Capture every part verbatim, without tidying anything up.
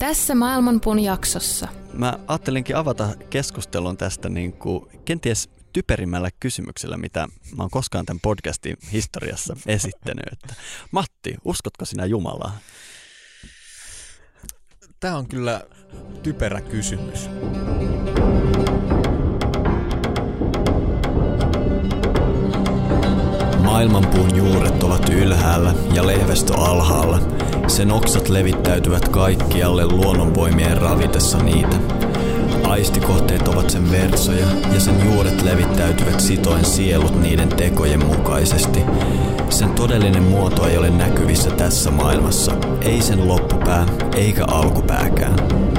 Tässä Maailmanpuun jaksossa. Mä ajattelinkin avata keskustelun tästä niin kuin kenties typerimmällä kysymyksellä, mitä mä oon koskaan tämän podcastin historiassa esittänyt. Että, Matti, uskotko sinä Jumalaa? Tämä on kyllä typerä kysymys. Maailmanpuun juuret ovat ylhäällä ja lehvästö alhaalla. Sen oksat levittäytyvät kaikkialle luonnonvoimien ravitessa niitä. Aistikohteet ovat sen versoja ja sen juuret levittäytyvät sitoen sielut niiden tekojen mukaisesti. Sen todellinen muoto ei ole näkyvissä tässä maailmassa, ei sen loppupää eikä alkupääkään.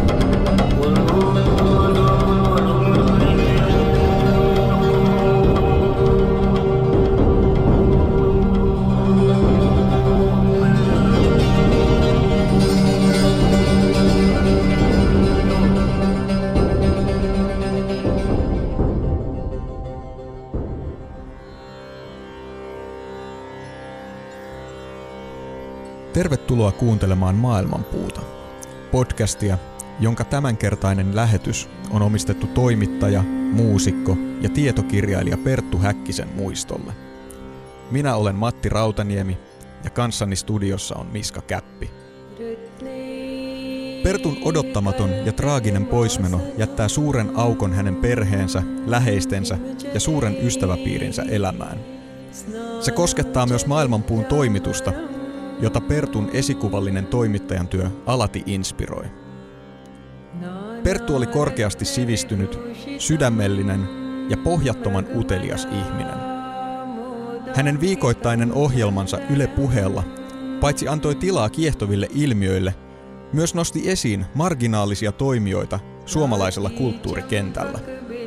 Tervetuloa kuuntelemaan Maailmanpuuta, podcastia, jonka tämänkertainen lähetys on omistettu toimittaja, muusikko ja tietokirjailija Perttu Häkkisen muistolle. Minä olen Matti Rautaniemi ja kanssani studiossa on Miska Käppi. Pertun odottamaton ja traaginen poismeno jättää suuren aukon hänen perheensä, läheistensä ja suuren ystäväpiirinsä elämään. Se koskettaa myös Maailmanpuun toimitusta, jota Pertun esikuvallinen toimittajan työ alati inspiroi. Perttu oli korkeasti sivistynyt, sydämellinen ja pohjattoman utelias ihminen. Hänen viikoittainen ohjelmansa Yle Puheella paitsi antoi tilaa kiehtoville ilmiöille, myös nosti esiin marginaalisia toimijoita suomalaisella kulttuurikentällä.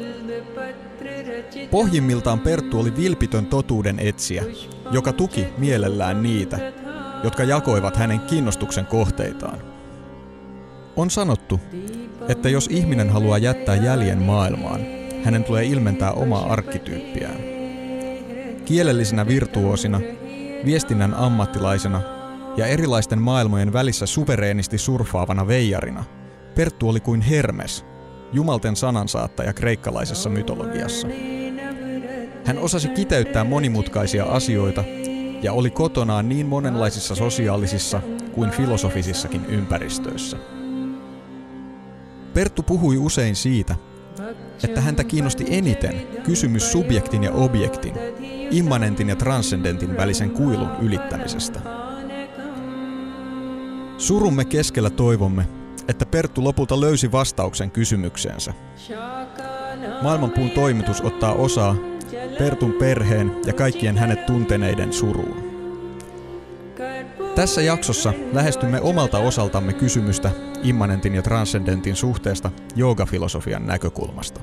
Pohjimmiltaan Perttu oli vilpitön totuuden etsijä, joka tuki mielellään niitä, jotka jakoivat hänen kiinnostuksen kohteitaan. On sanottu, että jos ihminen haluaa jättää jäljen maailmaan, hänen tulee ilmentää omaa arkkityyppiään. Kielellisenä virtuoosina, viestinnän ammattilaisena ja erilaisten maailmojen välissä suvereenisti surfaavana veijarina, Perttu oli kuin Hermes, jumalten sanansaattaja kreikkalaisessa mytologiassa. Hän osasi kiteyttää monimutkaisia asioita ja oli kotonaan niin monenlaisissa sosiaalisissa kuin filosofisissakin ympäristöissä. Perttu puhui usein siitä, että häntä kiinnosti eniten kysymys subjektin ja objektin, immanentin ja transcendentin välisen kuilun ylittämisestä. Surumme keskellä toivomme, että Perttu lopulta löysi vastauksen kysymykseensä. Maailmanpuun toimitus ottaa osaa Pertun perheen ja kaikkien hänet tunteneiden suruun. Tässä jaksossa lähestymme omalta osaltamme kysymystä immanentin ja transcendentin suhteesta joogafilosofian näkökulmasta.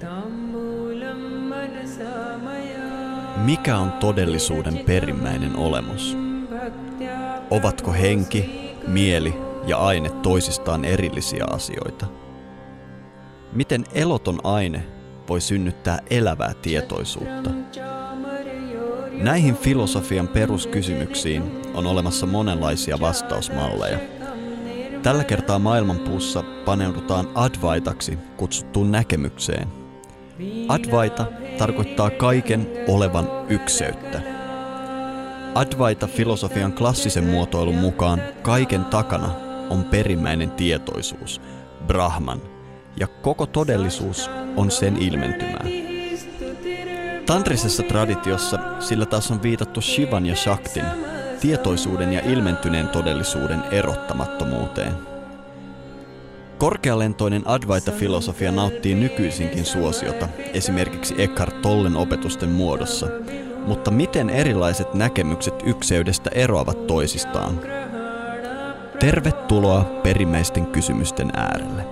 Mikä on todellisuuden perimmäinen olemus? Ovatko henki, mieli ja aine toisistaan erillisiä asioita? Miten eloton aine voi synnyttää elävää tietoisuutta? Näihin filosofian peruskysymyksiin on olemassa monenlaisia vastausmalleja. Tällä kertaa Maailmanpuussa paneudutaan Advaitaksi kutsuttuun näkemykseen. Advaita tarkoittaa kaiken olevan ykseyttä. Advaita-filosofian klassisen muotoilun mukaan kaiken takana on perimmäinen tietoisuus, Brahman, ja koko todellisuus on sen ilmentymää. Tantrisessa traditiossa sillä taas on viitattu Shivan ja Shaktin, tietoisuuden ja ilmentyneen todellisuuden erottamattomuuteen. Korkealentoinen Advaita-filosofia nauttii nykyisinkin suosiota, esimerkiksi Eckhart Tollen opetusten muodossa, mutta miten erilaiset näkemykset ykseydestä eroavat toisistaan? Tervetuloa perimmäisten kysymysten äärelle.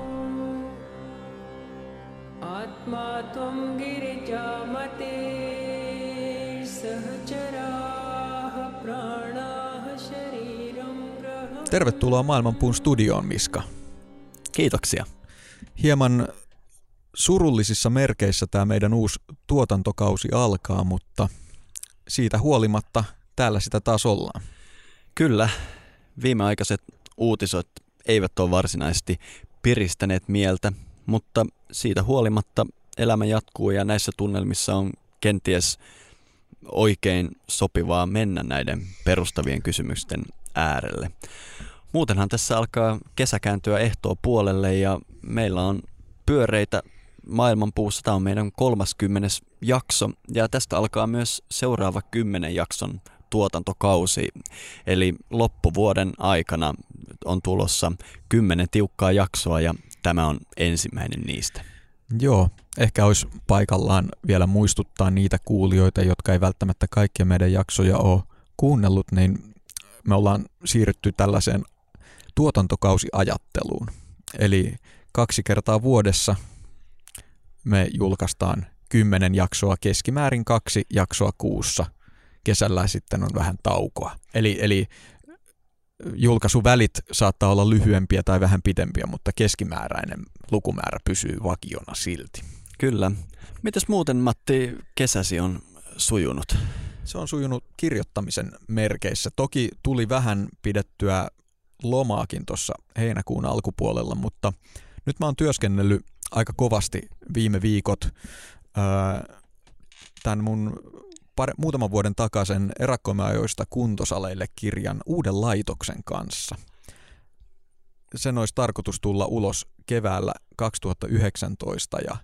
Tervetuloa Maailmanpuun studioon, Miska. Kiitoksia. Hieman surullisissa merkeissä tämä meidän uusi tuotantokausi alkaa, mutta siitä huolimatta täällä sitä taas ollaan. Kyllä, viimeaikaiset uutiset eivät ole varsinaisesti piristäneet mieltä, mutta siitä huolimatta elämä jatkuu ja näissä tunnelmissa on kenties oikein sopivaa mennä näiden perustavien kysymysten äärelle. Muutenhan tässä alkaa kesä kääntyä ehtoo puolelle ja meillä on pyöreitä maailmanpuussa. Tämä on meidän kolmaskymmenes jakso ja tästä alkaa myös seuraava kymmenen jakson tuotantokausi. Eli loppuvuoden aikana on tulossa kymmenen tiukkaa jaksoa ja tämä on ensimmäinen niistä. Joo, ehkä olisi paikallaan vielä muistuttaa niitä kuulijoita, jotka ei välttämättä kaikkia meidän jaksoja ole kuunnellut, niin me ollaan siirrytty tällaiseen tuotantokausiajatteluun. Eli kaksi kertaa vuodessa me julkaistaan kymmenen jaksoa, keskimäärin kaksi jaksoa kuussa. Kesällä sitten on vähän taukoa. Eli, eli julkaisuvälit saattaa olla lyhyempiä tai vähän pitempiä, mutta keskimääräinen lukumäärä pysyy vakiona silti. Kyllä. Mites muuten, Matti, kesäsi on sujunut? Se on sujunut kirjoittamisen merkeissä. Toki tuli vähän pidettyä lomaakin tuossa heinäkuun alkupuolella, mutta nyt mä oon työskennellyt aika kovasti viime viikot öö, tämän mun pari, muutaman vuoden takaisen Erakkomäajoista kuntosaleille -kirjan uuden laitoksen kanssa. Sen olisi tarkoitus tulla ulos keväällä kaksituhattayhdeksäntoista ja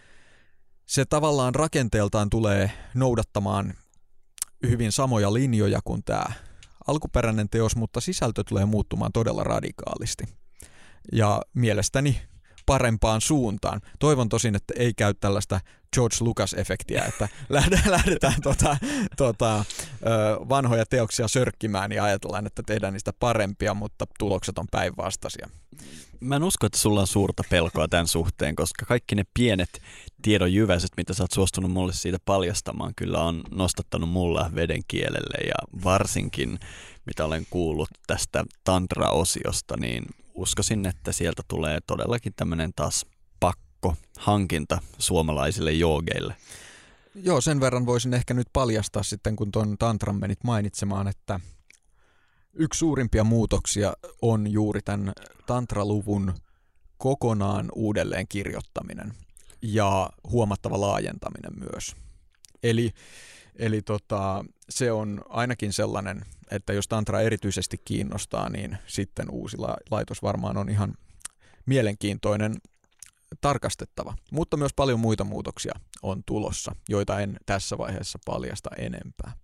se tavallaan rakenteeltaan tulee noudattamaan hyvin samoja linjoja kuin tämä alkuperäinen teos, mutta sisältö tulee muuttumaan todella radikaalisti. Ja mielestäni parempaan suuntaan. Toivon tosin, että ei käy tällaista George Lucas-efektiä, että lähdetään tota, tota, vanhoja teoksia sörkkimään ja ajatellaan, että tehdään niistä parempia, mutta tulokset on päinvastaisia. Mä en usko, että sulla on suurta pelkoa tämän suhteen, koska kaikki ne pienet tiedonjyväiset, mitä sä oot suostunut mulle siitä paljastamaan, kyllä on nostattanut mulla veden kielelle ja varsinkin, mitä olen kuullut tästä tantra-osiosta, niin uskoisin, että sieltä tulee todellakin tämmöinen taas pakko hankinta suomalaisille joogeille. Joo, sen verran voisin ehkä nyt paljastaa sitten, kun tuon tantran menit mainitsemaan, että yksi suurimpia muutoksia on juuri tämän tantraluvun kokonaan uudelleen kirjoittaminen ja huomattava laajentaminen myös. Eli, eli tota, se on ainakin sellainen, että jos tantra erityisesti kiinnostaa, niin sitten uusi la- laitos varmaan on ihan mielenkiintoinen tarkastettava. Mutta myös paljon muita muutoksia on tulossa, joita en tässä vaiheessa paljasta enempää.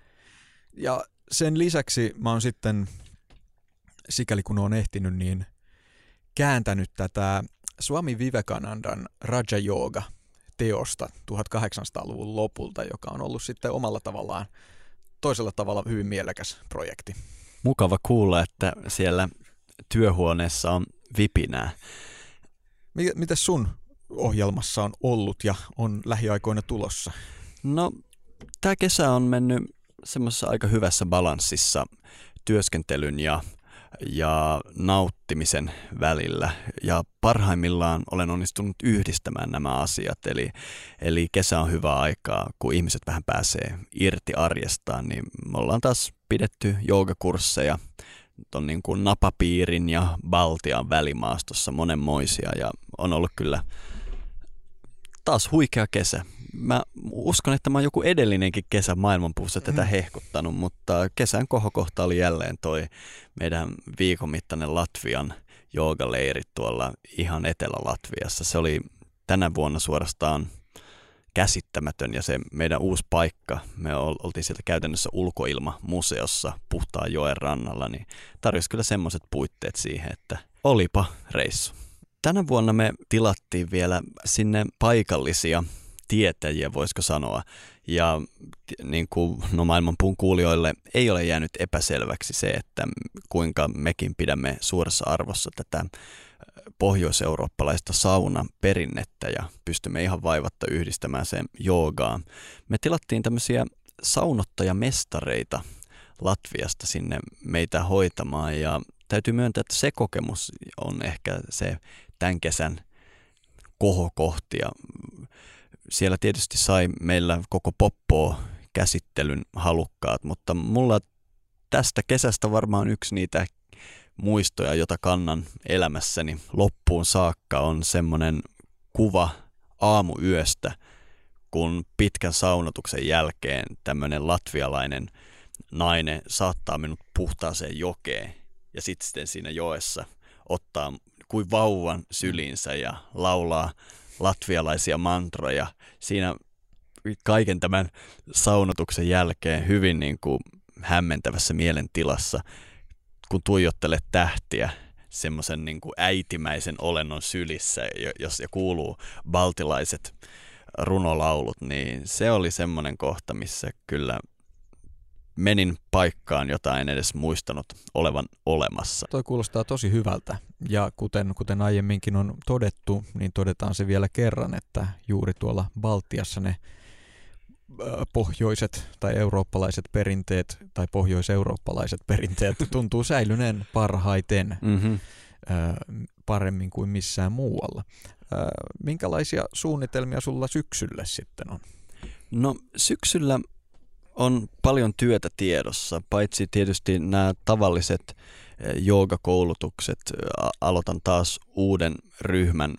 Ja sen lisäksi mä oon sitten, sikäli kun oon ehtinyt, niin kääntänyt tätä Swami Vivekanandan Raja Yoga-teosta tuhatkahdeksansataaluvun lopulta, joka on ollut sitten omalla tavallaan, toisella tavalla hyvin mielekäs projekti. Mukava kuulla, että siellä työhuoneessa on vipinää. Mites sun ohjelmassa on ollut ja on lähiaikoina tulossa? No, tämä kesä on mennyt semmoisessa aika hyvässä balanssissa työskentelyn ja, ja nauttimisen välillä. Ja parhaimmillaan olen onnistunut yhdistämään nämä asiat. Eli, eli kesä on hyvä aikaa, kun ihmiset vähän pääsee irti arjestaan, niin me ollaan taas pidetty joogakursseja tuon niin kuin Napapiirin ja Baltian välimaastossa monenmoisia ja on ollut kyllä taas huikea kesä. Mä uskon, että mä oon joku edellinenkin kesä maailmanpuussa tätä hehkuttanut, mutta kesän kohokohta oli jälleen toi meidän viikon mittainen Latvian joogaleiri tuolla ihan Etelä-Latviassa. Se oli tänä vuonna suorastaan käsittämätön ja se meidän uusi paikka, me oltiin sieltä käytännössä ulkoilmamuseossa Puhtaan joen rannalla, niin tarjosi kyllä semmoiset puitteet siihen, että olipa reissu. Tänä vuonna me tilattiin vielä sinne paikallisia tietäjiä, voisiko sanoa, ja niin kuin no maailmanpuun kuulijoille ei ole jäänyt epäselväksi se, että kuinka mekin pidämme suuressa arvossa tätä pohjois-eurooppalaista saunaperinnettä ja pystymme ihan vaivatta yhdistämään sen joogaan. Me tilattiin tämmöisiä saunottajamestareita Latviasta sinne meitä hoitamaan ja täytyy myöntää, että se kokemus on ehkä se tämän kesän kohokohti ja siellä tietysti sai meillä koko poppoa käsittelyn halukkaat, mutta mulla tästä kesästä varmaan yksi niitä muistoja, jota kannan elämässäni loppuun saakka, on semmoinen kuva aamuyöstä, kun pitkän saunotuksen jälkeen tämmöinen latvialainen nainen saattaa minut puhtaaseen jokeen ja sitten siinä joessa ottaa kuin vauvan syliinsä ja laulaa latvialaisia mantroja. Siinä kaiken tämän saunotuksen jälkeen hyvin niin kuin hämmentävässä mielentilassa, kun tuijottelet tähtiä semmoisen niin kuin äitimäisen olennon sylissä, jos ja kuuluu baltilaiset runolaulut, niin se oli semmoinen kohta, missä kyllä menin paikkaan, jota en edes muistanut olevan olemassa. Toi kuulostaa tosi hyvältä, ja kuten, kuten aiemminkin on todettu, niin todetaan se vielä kerran, että juuri tuolla Baltiassa ne pohjoiset tai eurooppalaiset perinteet tai pohjoiseurooppalaiset perinteet tuntuu säilyneen parhaiten mm-hmm. paremmin kuin missään muualla. Minkälaisia suunnitelmia sulla syksylle sitten on? No syksyllä on paljon työtä tiedossa, paitsi tietysti nämä tavalliset joogakoulutukset. Aloitan taas uuden ryhmän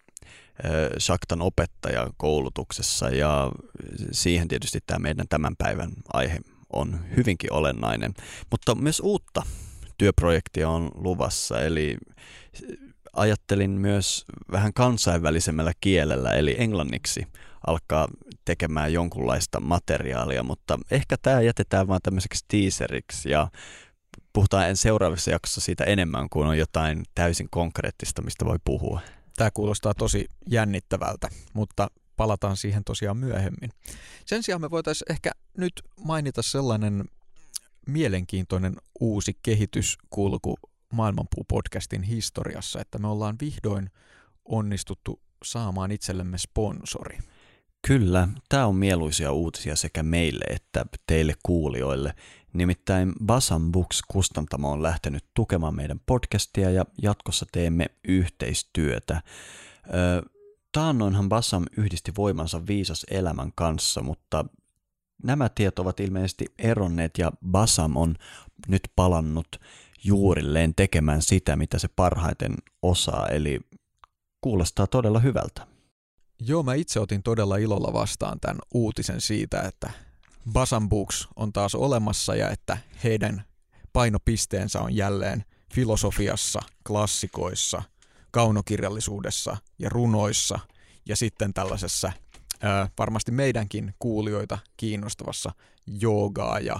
Shaktan opettajakoulutuksessa ja siihen tietysti tämä meidän tämän päivän aihe on hyvinkin olennainen, mutta myös uutta työprojektia on luvassa, eli ajattelin myös vähän kansainvälisemmällä kielellä, eli englanniksi alkaa tekemään jonkunlaista materiaalia, mutta ehkä tämä jätetään vaan tämmöiseksi teaseriksi ja puhutaan en seuraavassa jaksossa siitä enemmän, kun on jotain täysin konkreettista, mistä voi puhua. Tämä kuulostaa tosi jännittävältä, mutta palataan siihen tosiaan myöhemmin. Sen sijaan me voitaisiin ehkä nyt mainita sellainen mielenkiintoinen uusi kehityskulku Maailmanpuu-podcastin historiassa, että me ollaan vihdoin onnistuttu saamaan itsellemme sponsori. Kyllä, tämä on mieluisia uutisia sekä meille että teille kuulijoille. Nimittäin Basam Books-kustantamo on lähtenyt tukemaan meidän podcastia ja jatkossa teemme yhteistyötä. Taannoinhan Basam yhdisti voimansa viisas elämän kanssa, mutta nämä tiet ovat ilmeisesti eronneet ja Basam on nyt palannut juurilleen tekemään sitä, mitä se parhaiten osaa, eli kuulostaa todella hyvältä. Joo, mä itse otin todella ilolla vastaan tämän uutisen siitä, että Basam Books on taas olemassa ja että heidän painopisteensä on jälleen filosofiassa, klassikoissa, kaunokirjallisuudessa ja runoissa ja sitten tällaisessa ää, varmasti meidänkin kuulijoita kiinnostavassa joogaa ja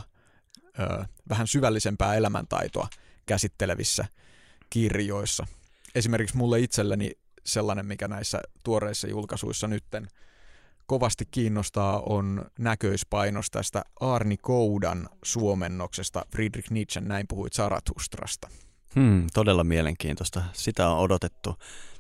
ää, vähän syvällisempää elämäntaitoa käsittelevissä kirjoissa. Esimerkiksi mulle itselleni sellainen, mikä näissä tuoreissa julkaisuissa nytten kovasti kiinnostaa, on näköispainos tästä Arni Koudan suomennoksesta Friedrich Nietzschen Näin puhuit Zarathustrasta. Hmm, todella mielenkiintoista. Sitä on odotettu.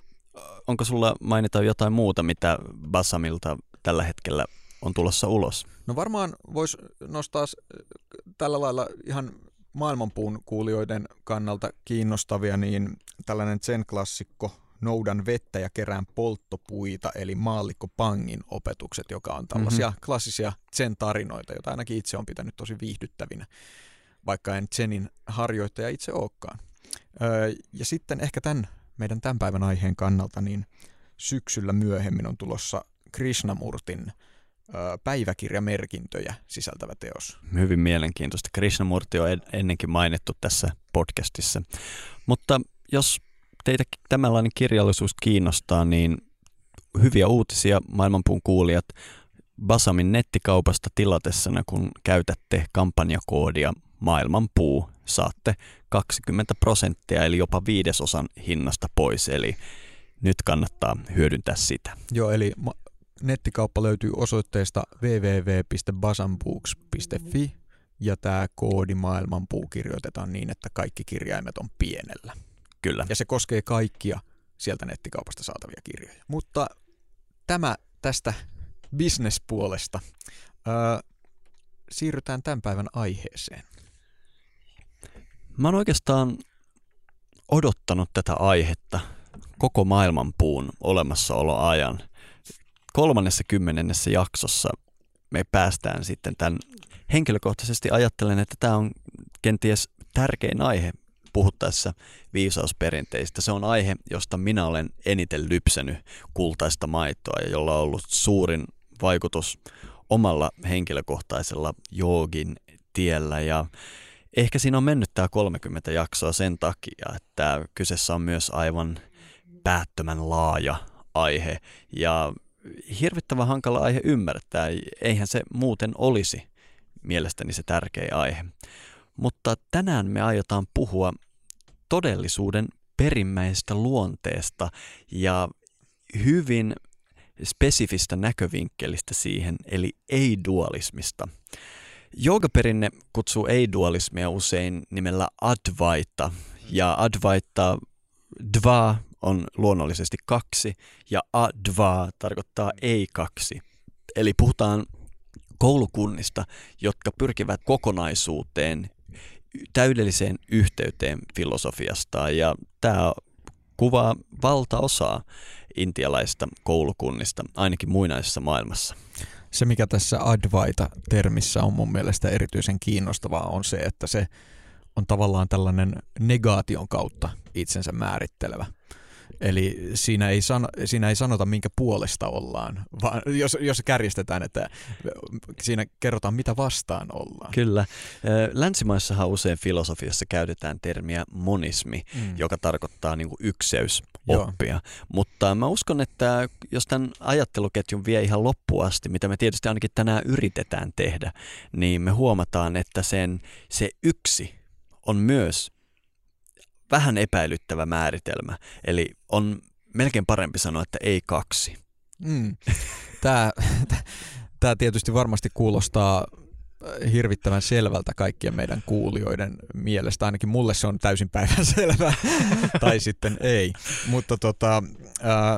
Onko sulla mainita jotain muuta, mitä Basamilta tällä hetkellä on tulossa ulos? No varmaan voisi nostaa tällä lailla ihan Maailmanpuun kuulijoiden kannalta kiinnostavia, niin tällainen zen-klassikko Noudan vettä ja kerään polttopuita, eli maallikko Pangin opetukset, joka on tällaisia mm-hmm. klassisia zen-tarinoita, joita ainakin itse on pitänyt tosi viihdyttävinä, vaikka en zenin harjoittaja itse olekaan. Öö, ja sitten ehkä tämän meidän tämän päivän aiheen kannalta, niin syksyllä myöhemmin on tulossa Krishnamurtin öö, päiväkirjamerkintöjä sisältävä teos. Hyvin mielenkiintoista. Krishnamurti on ennenkin mainittu tässä podcastissa, mutta jos teitä tämänlainen kirjallisuus kiinnostaa, niin hyviä uutisia Maailmanpuun kuulijat Basamin nettikaupasta tilatessana, kun käytätte kampanjakoodia Maailmanpuu, saatte kaksikymmentä prosenttia eli jopa viidesosan hinnasta pois, eli nyt kannattaa hyödyntää sitä. Joo, eli ma- nettikauppa löytyy osoitteesta double-u double-u double-u piste basambooks piste fi ja tämä koodi Maailmanpuu kirjoitetaan niin, että kaikki kirjaimet on pienellä. Kyllä. Ja se koskee kaikkia sieltä nettikaupasta saatavia kirjoja. Mutta tämä tästä business-puolesta. Öö, siirrytään tämän päivän aiheeseen. Mä oon oikeastaan odottanut tätä aihetta koko Maailmanpuun olemassaoloajan. Kolmannessa kymmenennessä jaksossa me päästään sitten tämän. Henkilökohtaisesti ajattelen, että tämä on kenties tärkein aihe puhuttaessa viisausperinteistä. Se on aihe, josta minä olen eniten lypsänyt kultaista maitoa ja jolla on ollut suurin vaikutus omalla henkilökohtaisella joogin tiellä. Ja ehkä siinä on mennyt tämä kolmekymmentä jaksoa sen takia, että kyseessä on myös aivan päättömän laaja aihe ja hirvittävän hankala aihe ymmärtää. Eihän se muuten olisi mielestäni se tärkeä aihe. Mutta tänään me aiotaan puhua todellisuuden perimmäisestä luonteesta ja hyvin spesifistä näkövinkkelistä siihen, eli ei-dualismista. Joogaperinne kutsuu ei-dualismia usein nimellä Advaita, ja Advaita dva on luonnollisesti kaksi, ja adva tarkoittaa ei kaksi. Eli puhutaan koulukunnista, jotka pyrkivät kokonaisuuteen, täydelliseen yhteyteen filosofiasta, ja tämä kuvaa valtaosaa intialaisista koulukunnista, ainakin muinaisessa maailmassa. Se, mikä tässä Advaita-termissä on mun mielestä erityisen kiinnostavaa, on se, että se on tavallaan tällainen negaation kautta itsensä määrittelevä. Eli siinä ei, san, siinä ei sanota, minkä puolesta ollaan, vaan jos, jos kärjestetään, että siinä kerrotaan, mitä vastaan ollaan. Kyllä. Länsimaissahan usein filosofiassa käytetään termiä monismi, mm. joka tarkoittaa niin kuin ykseysoppia. Joo. Mutta mä uskon, että jos tämän ajatteluketjun vie ihan loppuun asti, mitä me tietysti ainakin tänään yritetään tehdä, niin me huomataan, että sen, se yksi on myös vähän epäilyttävä määritelmä, eli on melkein parempi sanoa, että ei kaksi. Mm. Tämä, tämä tietysti varmasti kuulostaa hirvittävän selvältä kaikkien meidän kuulijoiden mielestä, ainakin mulle se on täysin päivänselvää, tai sitten ei. Mutta tota, ää,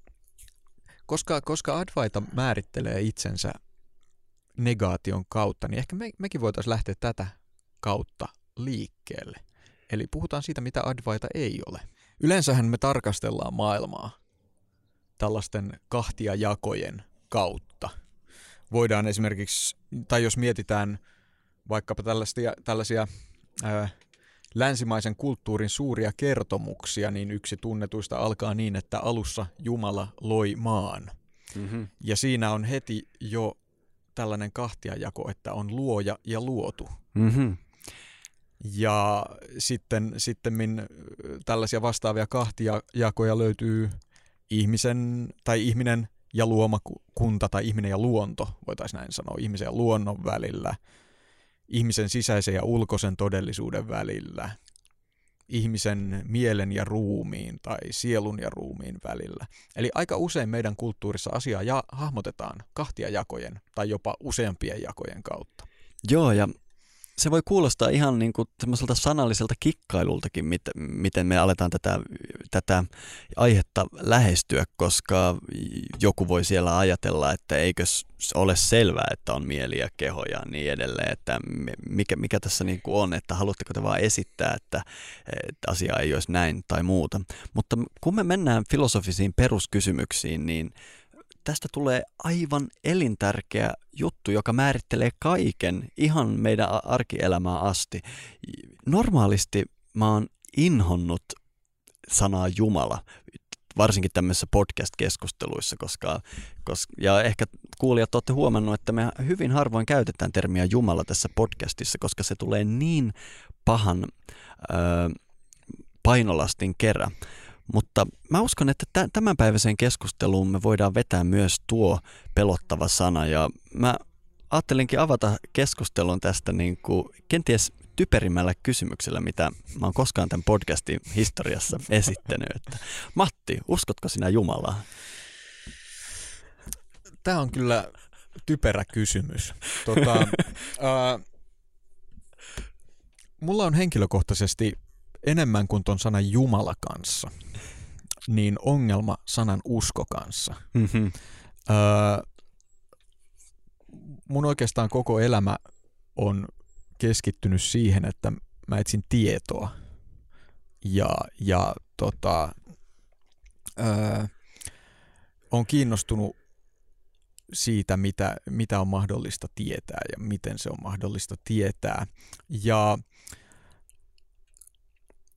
koska, koska Advaita määrittelee itsensä negaation kautta, niin ehkä me, mekin voitaisiin lähteä tätä kautta liikkeelle. Eli puhutaan siitä, mitä Advaita ei ole. Yleensähän me tarkastellaan maailmaa tällaisten kahtia jakojen kautta. Voidaan esimerkiksi, tai jos mietitään vaikkapa tällaisia, tällaisia ää, länsimaisen kulttuurin suuria kertomuksia, niin yksi tunnetuista alkaa niin, että alussa Jumala loi maan. Mm-hmm. Ja siinä on heti jo tällainen kahtiajako, että on luoja ja luotu. Mm-hmm. Ja sitten sittemmin tällaisia vastaavia kahtiajakoja löytyy ihmisen tai ihminen ja luomakunta tai ihminen ja luonto, voitaisiin näin sanoa, ihmisen ja luonnon välillä, ihmisen sisäisen ja ulkoisen todellisuuden välillä, ihmisen mielen ja ruumiin tai sielun ja ruumiin välillä. Eli aika usein meidän kulttuurissa asiaa ja hahmotetaan kahtiajakojen tai jopa useampien jakojen kautta. Joo, ja se voi kuulostaa ihan niin kuin semmoiselta sanalliselta kikkailultakin, mit, miten me aletaan tätä, tätä aihetta lähestyä, koska joku voi siellä ajatella, että eikö ole selvää, että on mieli ja keho ja niin edelleen, että mikä, mikä tässä niin kuin on, että haluatteko te vaan esittää, että, että asia ei olisi näin tai muuta. Mutta kun me mennään filosofisiin peruskysymyksiin, niin tästä tulee aivan elintärkeä juttu, joka määrittelee kaiken ihan meidän arkielämään asti. Normaalisti mä oon inhonnut sanaa Jumala, varsinkin tämmöisissä podcast-keskusteluissa, koska, koska, ja ehkä kuulijat olette huomannut, että me hyvin harvoin käytetään termiä Jumala tässä podcastissa, koska se tulee niin pahan ö, painolastin kerran. Mutta mä uskon, että tämänpäiväiseen keskusteluun me voidaan vetää myös tuo pelottava sana. Ja mä ajattelinkin avata keskustelun tästä niin kuin kenties typerimmällä kysymyksellä, mitä mä oon koskaan tämän podcastin historiassa esittänyt. Että, Matti, uskotko sinä Jumalaa? Tämä on kyllä typerä kysymys. Tota, äh, mulla on henkilökohtaisesti enemmän kuin ton sanan Jumala kanssa, niin ongelma sanan usko kanssa. Mm-hmm. Öö, mun oikeastaan koko elämä on keskittynyt siihen, että mä etsin tietoa ja, ja tota, öö, on kiinnostunut siitä, mitä, mitä on mahdollista tietää ja miten se on mahdollista tietää. Ja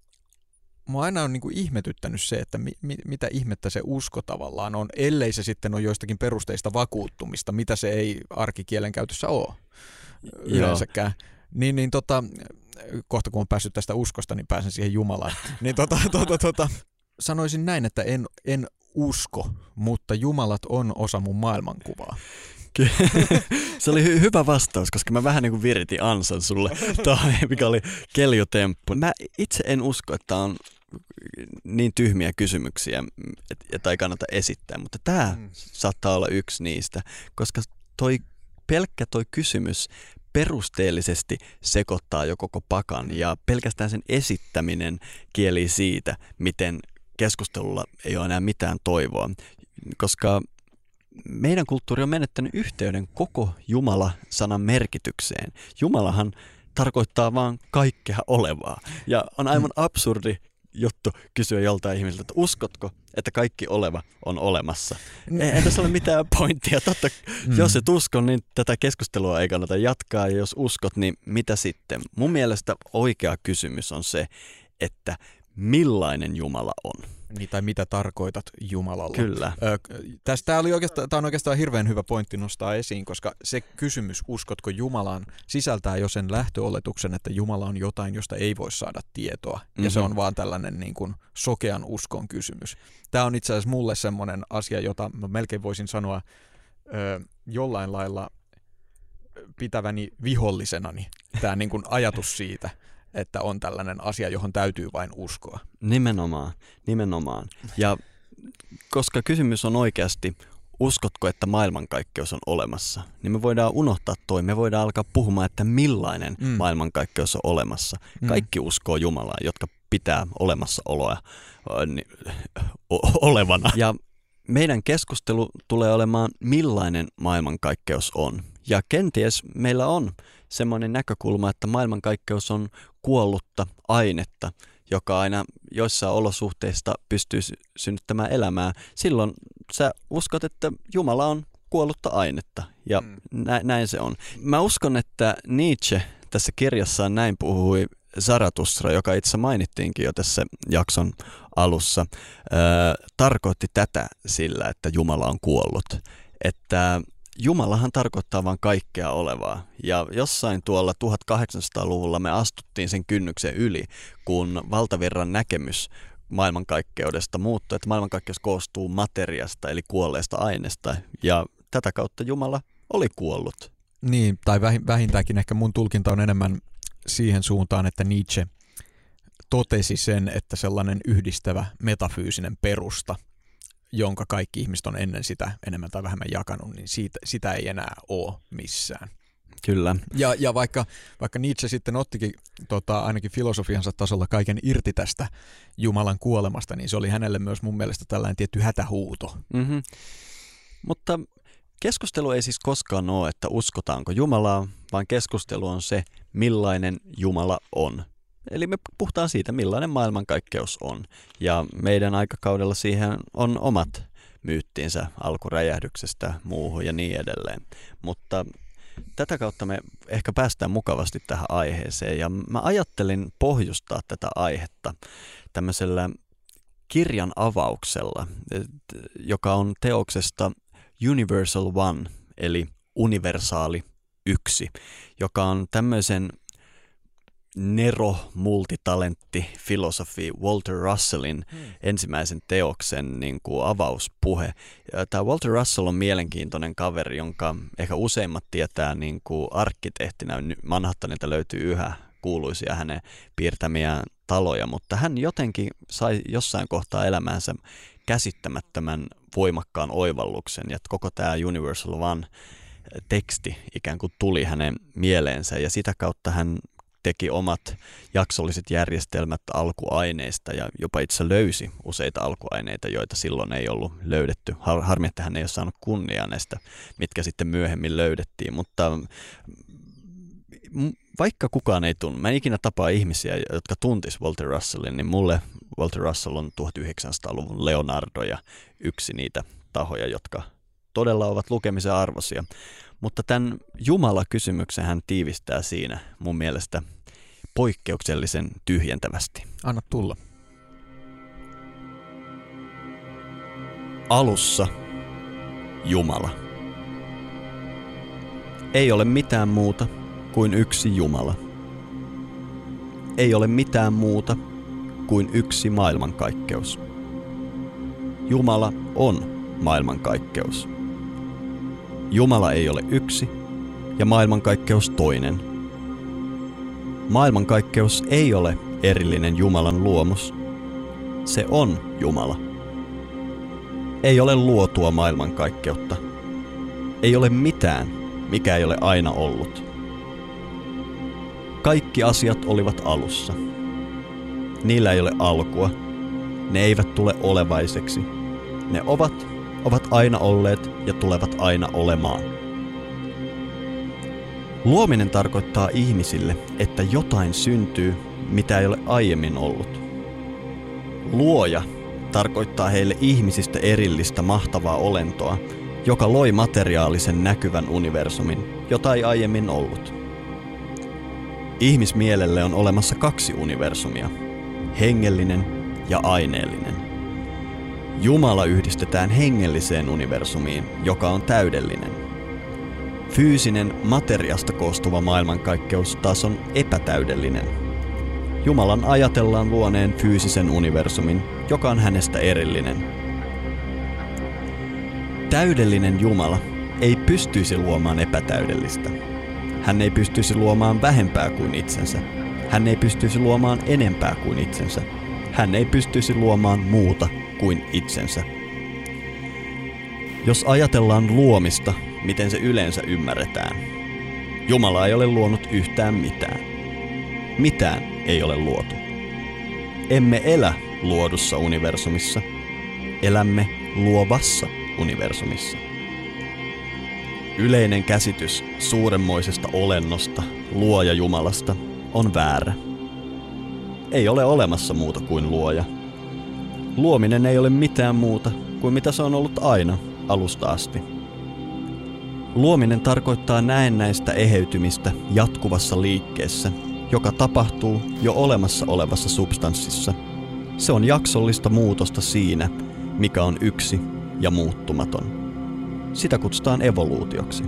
mua aina on niinku ihmetyttänyt se, että mi, mi, mitä ihmettä se usko tavallaan on, ellei se sitten ole joistakin perusteista vakuuttumista, mitä se ei arkikielen käytössä ole yleensäkään. Niin, niin tota, kohta kun on päässyt tästä uskosta, niin pääsen siihen Jumalaan. Niin tota, tota, tota, sanoisin näin, että en, en usko, mutta Jumalat on osa mun maailmankuvaa. Se oli hy- hyvä vastaus, koska mä vähän niin kuin viritin ansan sulle, toi, mikä oli keljutemppu. Mä itse en usko, että on niin tyhmiä kysymyksiä, että ei kannata esittää, mutta tämä mm. saattaa olla yksi niistä, koska toi pelkkä toi kysymys perusteellisesti sekoittaa jo koko pakan ja pelkästään sen esittäminen kielii siitä, miten keskustelulla ei ole enää mitään toivoa, koska meidän kulttuuri on menettänyt yhteyden koko Jumala-sanan merkitykseen. Jumalahan tarkoittaa vaan kaikkea olevaa. Ja on aivan absurdi juttu kysyä joltain ihmiseltä, että uskotko, että kaikki oleva on olemassa. Ei tässä ole mitään pointtia. Totta, mm. Jos et usko, niin tätä keskustelua ei kannata jatkaa. Ja jos uskot, niin mitä sitten? Mun mielestä oikea kysymys on se, että millainen Jumala on. Niin, tai mitä tarkoitat Jumalalla. Kyllä. Ö, tästä oli oikeastaan, tämä on oikeastaan hirveän hyvä pointti nostaa esiin, koska se kysymys, uskotko Jumalaan, sisältää jo sen lähtöoletuksen, että Jumala on jotain, josta ei voi saada tietoa. Mm-hmm. Ja se on vaan tällainen niin kuin sokean uskon kysymys. Tämä on itse asiassa mulle semmoinen asia, jota mä melkein voisin sanoa ö, jollain lailla pitäväni vihollisenani. Tämä niin kuin ajatus siitä, että on tällainen asia, johon täytyy vain uskoa. Nimenomaan, nimenomaan. Ja koska kysymys on oikeasti, uskotko, että maailmankaikkeus on olemassa, niin me voidaan unohtaa toi. Me voidaan alkaa puhumaan, että millainen mm. maailmankaikkeus on olemassa. Mm. Kaikki uskoo Jumalaan, jotka pitää olemassaoloa olevana. Ja meidän keskustelu tulee olemaan, millainen maailmankaikkeus on. Ja kenties meillä on semmoinen näkökulma, että maailmankaikkeus on kuollutta ainetta, joka aina joissain olosuhteista pystyy synnyttämään elämää. Silloin sä uskot, että Jumala on kuollutta ainetta, ja mm. nä- näin se on. Mä uskon, että Nietzsche tässä kirjassaan näin puhui Zarathustra, joka itse mainittiinkin jo tässä jakson alussa, öö, tarkoitti tätä sillä, että Jumala on kuollut. Että Jumalahan tarkoittaa vain kaikkea olevaa, ja jossain tuolla tuhatkahdeksansataaluvulla me astuttiin sen kynnyksen yli, kun valtavirran näkemys maailmankaikkeudesta muuttui, että maailmankaikkeus koostuu materiasta eli kuolleesta aineesta, ja tätä kautta Jumala oli kuollut. Niin, tai vähintäänkin ehkä mun tulkinta on enemmän siihen suuntaan, että Nietzsche totesi sen, että sellainen yhdistävä metafyysinen perusta, jonka kaikki ihmiset on ennen sitä enemmän tai vähemmän jakanut, niin siitä, sitä ei enää ole missään. Kyllä. Ja, ja vaikka, vaikka Nietzsche sitten ottikin tota, ainakin filosofiansa tasolla kaiken irti tästä Jumalan kuolemasta, niin se oli hänelle myös mun mielestä tällainen tietty hätähuuto. Mm-hmm. Mutta keskustelu ei siis koskaan ole, että uskotaanko Jumalaa, vaan keskustelu on se, millainen Jumala on. Eli me puhutaan siitä, millainen maailmankaikkeus on. Ja meidän aikakaudella siihen on omat myyttiinsä alkuräjähdyksestä, muuhun ja niin edelleen. Mutta tätä kautta me ehkä päästään mukavasti tähän aiheeseen. Ja mä ajattelin pohjustaa tätä aihetta tämmöisellä kirjan avauksella, joka on teoksesta Universal One, eli universaali yksi, joka on tämmöisen nero-multitalentti filosofi Walter Russellin hmm. ensimmäisen teoksen niin kuin avauspuhe. Tämä Walter Russell on mielenkiintoinen kaveri, jonka ehkä useimmat tietää niin kuin arkkitehtinä. Manhattanilta löytyy yhä kuuluisia hänen piirtämiään taloja, mutta hän jotenkin sai jossain kohtaa elämäänsä käsittämättömän voimakkaan oivalluksen, ja koko tämä Universal One teksti ikään kuin tuli hänen mieleensä, ja sitä kautta hän teki omat jaksolliset järjestelmät alkuaineista ja jopa itse löysi useita alkuaineita, joita silloin ei ollut löydetty. Har- harmi, että hän ei ole saanut kunniaa näistä, mitkä sitten myöhemmin löydettiin, mutta vaikka kukaan ei tunnu, mä en ikinä tapaa ihmisiä, jotka tuntis Walter Russellin, niin mulle Walter Russell on tuhatyhdeksänsataaluvun Leonardo ja yksi niitä tahoja, jotka todella ovat lukemisen arvoisia. Mutta tämän Jumala-kysymyksen hän tiivistää siinä mun mielestä poikkeuksellisen tyhjentävästi. Anna tulla. Alussa Jumala. Ei ole mitään muuta kuin yksi Jumala. Ei ole mitään muuta kuin yksi maailmankaikkeus. Jumala on maailmankaikkeus. Jumala ei ole yksi ja maailmankaikkeus toinen. Maailmankaikkeus ei ole erillinen Jumalan luomus. Se on Jumala. Ei ole luotua maailmankaikkeutta. Ei ole mitään, mikä ei ole aina ollut. Kaikki asiat olivat alussa. Niillä ei ole alkua. Ne eivät tule olevaiseksi. Ne ovat, ovat aina olleet ja tulevat aina olemaan. Luominen tarkoittaa ihmisille, että jotain syntyy, mitä ei ole aiemmin ollut. Luoja tarkoittaa heille ihmisistä erillistä mahtavaa olentoa, joka loi materiaalisen näkyvän universumin, jota ei aiemmin ollut. Ihmismielelle on olemassa kaksi universumia, hengellinen ja aineellinen. Jumala yhdistetään hengelliseen universumiin, joka on täydellinen. Fyysinen, materiasta koostuva maailmankaikkeus taas on epätäydellinen. Jumalan ajatellaan luoneen fyysisen universumin, joka on hänestä erillinen. Täydellinen Jumala ei pystyisi luomaan epätäydellistä. Hän ei pystyisi luomaan vähempää kuin itsensä. Hän ei pystyisi luomaan enempää kuin itsensä. Hän ei pystyisi luomaan muuta kuin itsensä. Jos ajatellaan luomista, miten se yleensä ymmärretään, Jumala ei ole luonut yhtään mitään. Mitään ei ole luotu. Emme elä luodussa universumissa. Elämme luovassa universumissa. Yleinen käsitys suuremmoisesta olennosta, luoja Jumalasta, on väärä. Ei ole olemassa muuta kuin luoja. Luominen ei ole mitään muuta kuin mitä se on ollut aina, alusta asti. Luominen tarkoittaa näennäistä eheytymistä jatkuvassa liikkeessä, joka tapahtuu jo olemassa olevassa substanssissa. Se on jaksollista muutosta siinä, mikä on yksi ja muuttumaton. Sitä kutsutaan evoluutioksi.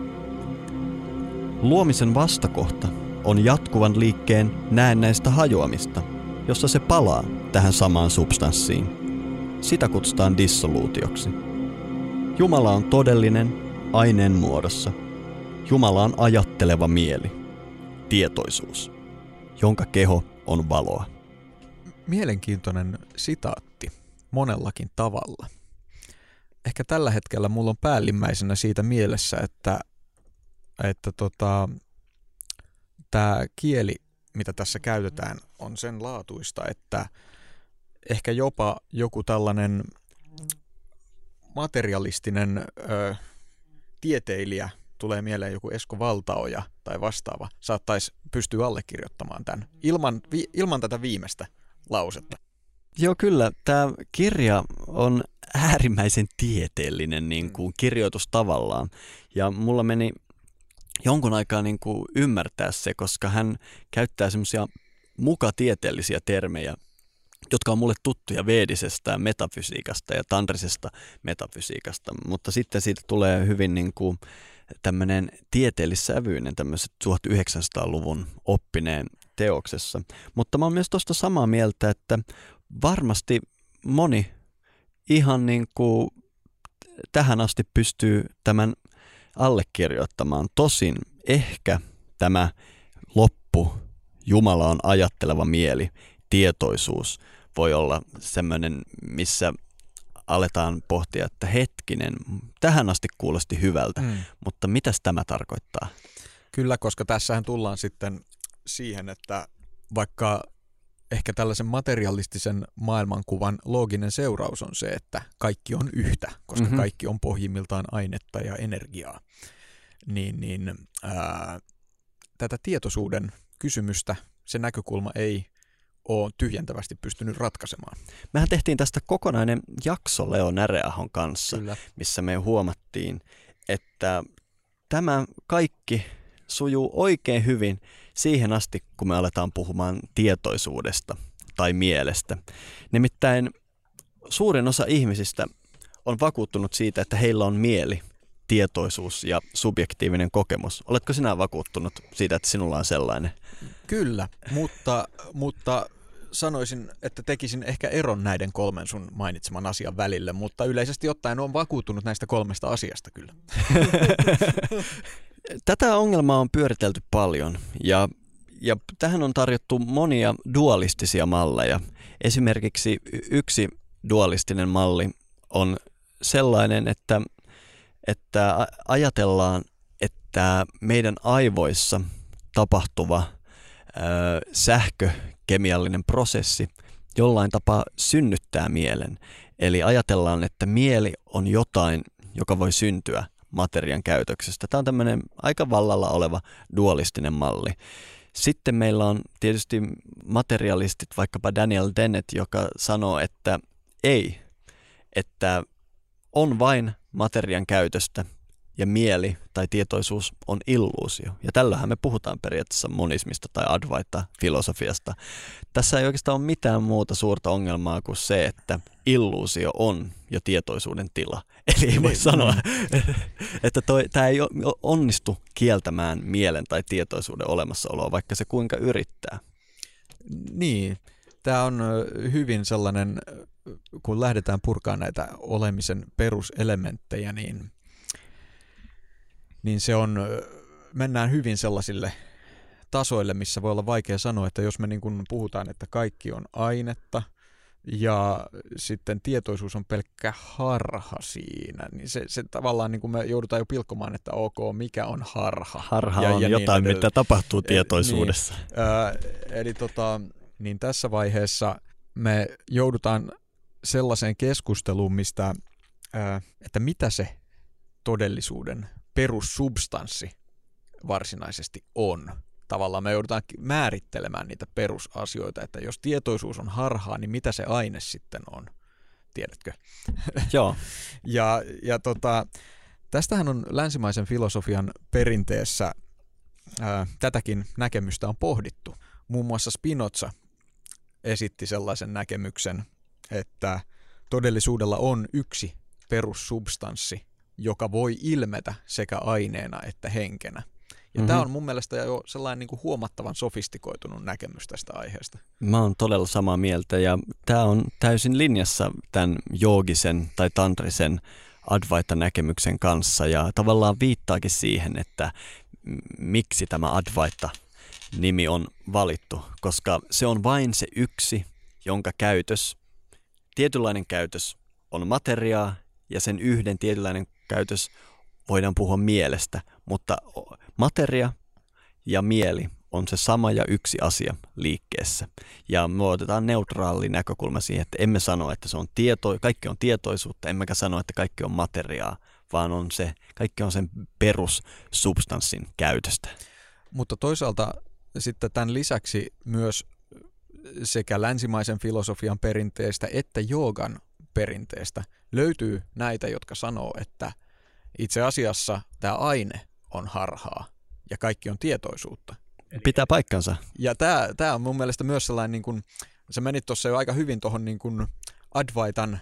Luomisen vastakohta on jatkuvan liikkeen näennäistä hajoamista, jossa se palaa tähän samaan substanssiin. Sitä kutsutaan dissoluutioksi. Jumala on todellinen aineen muodossa. Jumala on ajatteleva mieli, tietoisuus, jonka keho on valoa. Mielenkiintoinen sitaatti monellakin tavalla. Ehkä tällä hetkellä mulla on päällimmäisenä siitä mielessä, että, että tota, tämä kieli, mitä tässä käytetään, on sen laatuista, että ehkä jopa joku tällainen materialistinen ö, tieteilijä, tulee mieleen joku Esko Valtaoja tai vastaava, saattaisi pystyä allekirjoittamaan tämän ilman, vi, ilman tätä viimeistä lausetta. Joo, kyllä. Tämä kirja on äärimmäisen tieteellinen niin kuin kirjoitus tavallaan. Ja mulla meni jonkun aikaa niin kuin ymmärtää se, koska hän käyttää semmoisia mukatieteellisiä termejä, jotka on mulle tuttuja veedisestä metafysiikasta ja tantrisesta metafysiikasta. Mutta sitten siitä tulee hyvin niin kuin tämmöinen tieteellissävyinen tämmöiset tuhatyhdeksänsataaluvun oppineen teoksessa. Mutta mä oon myös tuosta samaa mieltä, että varmasti moni ihan niin kuin tähän asti pystyy tämän allekirjoittamaan. Tosin ehkä tämä loppu, Jumala on ajatteleva mieli, tietoisuus, voi olla semmoinen, missä aletaan pohtia, että hetkinen, tähän asti kuulosti hyvältä, mm. mutta mitäs tämä tarkoittaa? Kyllä, koska tässähän tullaan sitten siihen, että vaikka ehkä tällaisen materialistisen maailmankuvan looginen seuraus on se, että kaikki on yhtä, koska mm-hmm. kaikki on pohjimmiltaan ainetta ja energiaa, niin, niin ää, tätä tietoisuuden kysymystä, se näkökulma ei ole tyhjentävästi pystynyt ratkaisemaan. Mehän tehtiin tästä kokonainen jakso Leo Näreahon kanssa, Kyllä. missä me huomattiin, että tämä kaikki sujuu oikein hyvin siihen asti, kun me aletaan puhumaan tietoisuudesta tai mielestä. Nimittäin suurin osa ihmisistä on vakuuttunut siitä, että heillä on mieli, tietoisuus ja subjektiivinen kokemus. Oletko sinä vakuuttunut siitä, että sinulla on sellainen? Kyllä, mutta, mutta sanoisin, että tekisin ehkä eron näiden kolmen sun mainitseman asian välille, mutta yleisesti ottaen on vakuuttunut näistä kolmesta asiasta kyllä. Tätä ongelmaa on pyöritelty paljon ja, ja tähän on tarjottu monia dualistisia malleja. Esimerkiksi yksi dualistinen malli on sellainen, että, että ajatellaan, että meidän aivoissa tapahtuva ö, sähkökemiallinen prosessi jollain tapaa synnyttää mielen. Eli ajatellaan, että mieli on jotain, joka voi syntyä materian käytöksestä. Tämä on tämmöinen aika vallalla oleva dualistinen malli. Sitten meillä on tietysti materialistit, vaikkapa Daniel Dennett, joka sanoo, että ei, että on vain materian käytöstä ja mieli tai tietoisuus on illuusio. Ja tällähän me puhutaan periaatteessa monismista tai Advaita-filosofiasta. Tässä ei oikeastaan ole mitään muuta suurta ongelmaa kuin se, että illuusio on jo tietoisuuden tila. Eli ei voi sanoa, että tämä ei onnistu kieltämään mielen tai tietoisuuden olemassaoloa, vaikka se kuinka yrittää. Niin, tämä on hyvin sellainen, kun lähdetään purkaan näitä olemisen peruselementtejä, niin niin se on, mennään hyvin sellaisille tasoille, missä voi olla vaikea sanoa, että jos me niin kuin puhutaan, että kaikki on ainetta ja sitten tietoisuus on pelkkä harha siinä, niin se, se tavallaan niin kuin me joudutaan jo pilkkomaan, että ok, mikä on harha. Harha ja, on ja jotain, niin, mitä tapahtuu tietoisuudessa. Niin, ää, eli tota, niin tässä vaiheessa me joudutaan sellaiseen keskusteluun, mistä, ää, että mitä se todellisuuden perussubstanssi varsinaisesti on. Tavallaan me joudutaan määrittelemään niitä perusasioita, että jos tietoisuus on harhaa, niin mitä se aine sitten on? Tiedätkö? Joo. ja ja tota, tästähän on länsimaisen filosofian perinteessä ää, tätäkin näkemystä on pohdittu. Muun muassa Spinoza esitti sellaisen näkemyksen, että todellisuudella on yksi perussubstanssi, joka voi ilmetä sekä aineena että henkenä. Ja mm-hmm. tämä on mun mielestä jo sellainen niin kuin huomattavan sofistikoitunut näkemys tästä aiheesta. Mä oon todella samaa mieltä ja tämä on täysin linjassa tämän joogisen tai tantrisen Advaita-näkemyksen kanssa ja tavallaan viittaakin siihen, että miksi tämä Advaita-nimi on valittu, koska se on vain se yksi, jonka käytös, tietynlainen käytös on materiaa ja sen yhden tietynlainen käytös voidaan puhua mielestä, mutta materia ja mieli on se sama ja yksi asia liikkeessä. Ja me otetaan neutraali näkökulma siihen, että emme sano, että se on tieto, kaikki on tietoisuutta, emmekä sano, että kaikki on materiaa, vaan on se, kaikki on sen perussubstanssin käytöstä. Mutta toisaalta sitten tämän lisäksi myös sekä länsimaisen filosofian perinteestä että joogan perinteestä löytyy näitä, jotka sanoo, että itse asiassa tämä aine on harhaa ja kaikki on tietoisuutta. Pitää paikkansa. Ja tämä, tämä on mun mielestä myös sellainen, niin kuin, sä menit tuossa jo aika hyvin tuohon niin kuin Advaitan,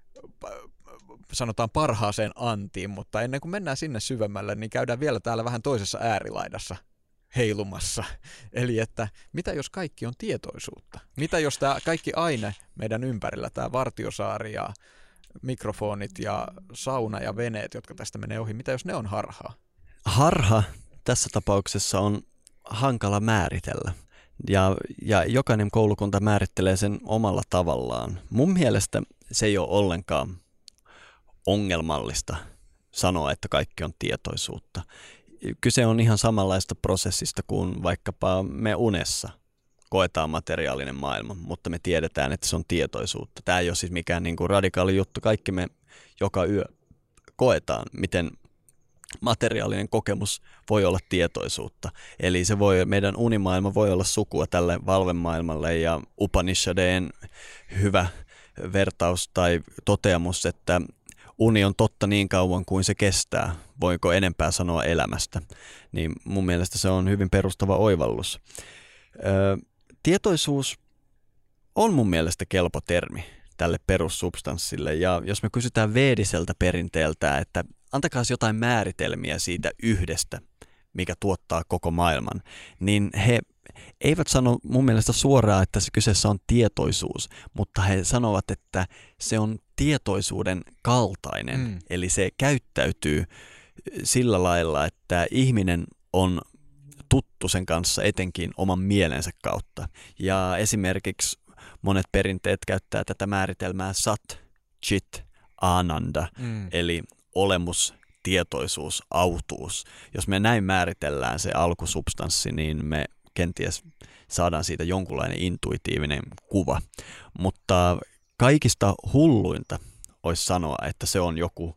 sanotaan parhaaseen antiin, mutta ennen kuin mennään sinne syvemmälle, niin käydään vielä täällä vähän toisessa äärilaidassa heilumassa. Eli että mitä jos kaikki on tietoisuutta? Mitä jos tämä kaikki aine meidän ympärillä, tämä Vartiosaari ja mikrofonit ja sauna ja veneet, jotka tästä menee ohi, mitä jos ne on harhaa? Harha tässä tapauksessa on hankala määritellä ja, ja jokainen koulukunta määrittelee sen omalla tavallaan. Mun mielestä se ei ole ollenkaan ongelmallista sanoa, että kaikki on tietoisuutta. Kyse on ihan samanlaista prosessista kuin vaikkapa me unessa koetaan materiaalinen maailma, mutta me tiedetään, että se on tietoisuutta. Tämä ei ole siis mikään niin kuin radikaali juttu. Kaikki me joka yö koetaan, miten materiaalinen kokemus voi olla tietoisuutta. Eli se voi, meidän unimaailma voi olla sukua tälle valvemaailmalle ja Upanishadeen hyvä vertaus tai toteamus, että uni on totta niin kauan kuin se kestää. Voiko enempää sanoa elämästä? Niin mun mielestä se on hyvin perustava oivallus. Öö, tietoisuus on mun mielestä kelpo termi tälle perussubstanssille. Ja jos me kysytään veediseltä perinteeltä, että antakaa jotain määritelmiä siitä yhdestä, mikä tuottaa koko maailman, niin he eivät sano mun mielestä suoraan, että se kyseessä on tietoisuus, mutta he sanovat, että se on tietoisuuden kaltainen, mm. eli se käyttäytyy sillä lailla, että ihminen on tuttu sen kanssa etenkin oman mielensä kautta. Ja esimerkiksi monet perinteet käyttää tätä määritelmää sat, chit, ananda, mm. eli olemus, tietoisuus, autuus. Jos me näin määritellään se alkusubstanssi, niin me kenties saadaan siitä jonkunlainen intuitiivinen kuva. Mutta kaikista hulluinta olisi sanoa, että se on joku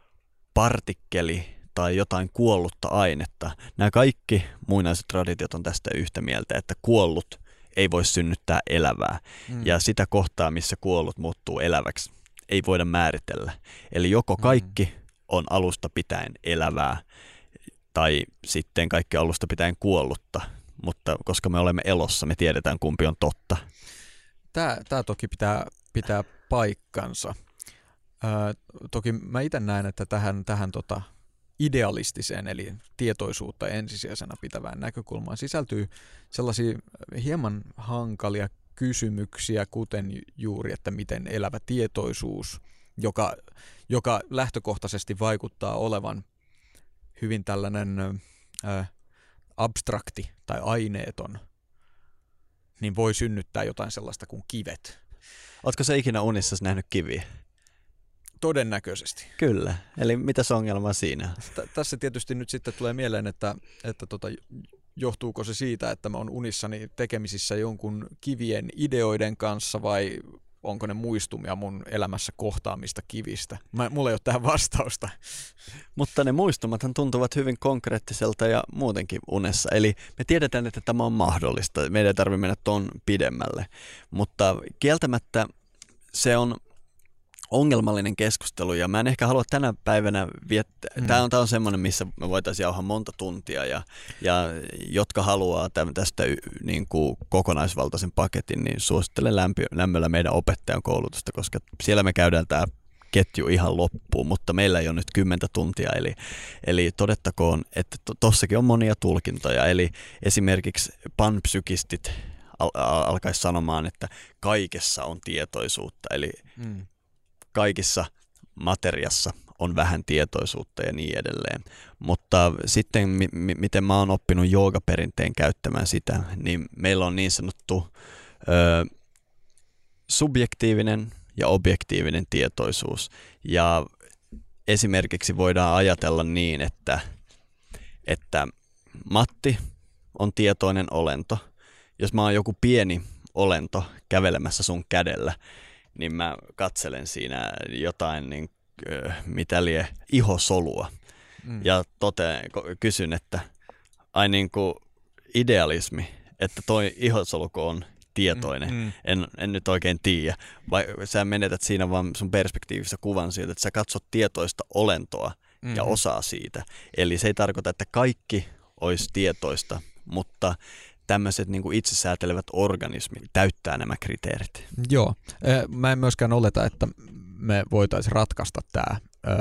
partikkeli tai jotain kuollutta ainetta. Nämä kaikki muinaiset traditiot on tästä yhtä mieltä, että kuollut ei voi synnyttää elävää. Mm. Ja sitä kohtaa, missä kuollut muuttuu eläväksi, ei voida määritellä. Eli joko kaikki mm. on alusta pitäen elävää, tai sitten kaikki alusta pitäen kuollutta. Mutta koska me olemme elossa, me tiedetään kumpi on totta. Tämä, tämä toki pitää, pitää paikkansa. Ää, toki mä itse näen, että tähän, tähän tota idealistiseen, eli tietoisuutta ensisijaisena pitävään näkökulmaan sisältyy sellaisia hieman hankalia kysymyksiä, kuten juuri, että miten elävä tietoisuus, joka, joka lähtökohtaisesti vaikuttaa olevan hyvin tällainen ää, abstrakti tai aineeton, niin voi synnyttää jotain sellaista kuin kivet. Oletko sä ikinä unissasi nähnyt kiviä? Todennäköisesti. Kyllä. Eli mitäs ongelma siinä? T- tässä tietysti nyt sitten tulee mieleen, että, että tota, johtuuko se siitä, että mä oon unissani tekemisissä jonkun kivien ideoiden kanssa vai onko ne muistumia mun elämässä kohtaamista kivistä? Mä, mulla ei ole tähän vastausta. Mutta ne muistumathan tuntuvat hyvin konkreettiselta ja muutenkin unessa. Eli me tiedetään, että tämä on mahdollista. Meidän ei tarvitse mennä ton pidemmälle. Mutta kieltämättä se on ongelmallinen keskustelu, ja mä en ehkä halua tänä päivänä viettää. Mm. Tämä on, tämä on semmoinen, missä me voitaisiin jauhaa monta tuntia, ja, ja jotka haluaa tämän, tästä niin kuin kokonaisvaltaisen paketin, niin suosittelen lämpi, lämmöllä meidän opettajan koulutusta, koska siellä me käydään tämä ketju ihan loppuun, mutta meillä ei ole nyt kymmentä tuntia, eli, eli todettakoon, että tossakin on monia tulkintoja, eli esimerkiksi panpsykistit al- al- alkaisi sanomaan, että kaikessa on tietoisuutta, eli mm. kaikissa materiassa on vähän tietoisuutta ja niin edelleen. Mutta sitten, mi- mi- miten mä oon oppinut joogaperinteen käyttämään sitä, niin meillä on niin sanottu ö, subjektiivinen ja objektiivinen tietoisuus. Ja esimerkiksi voidaan ajatella niin, että, että Matti on tietoinen olento. Jos mä oon joku pieni olento kävelemässä sun kädellä, niin mä katselen siinä jotain, niin, mitä lie, ihosolua. Mm. Ja toteen, kysyn, että ai niin kuin idealismi, että toi ihosoluko on tietoinen. Mm. En, en nyt oikein tiedä. Vai sä menetät siinä vaan sun perspektiivissä kuvan siitä, että sä katsot tietoista olentoa mm. ja osaa siitä. Eli se ei tarkoita, että kaikki olisi tietoista, mutta tämmöiset niin kuin itsesäätelevät organismit täyttää nämä kriteerit. Joo. Mä en myöskään oleta, että me voitaisiin ratkaista tämä,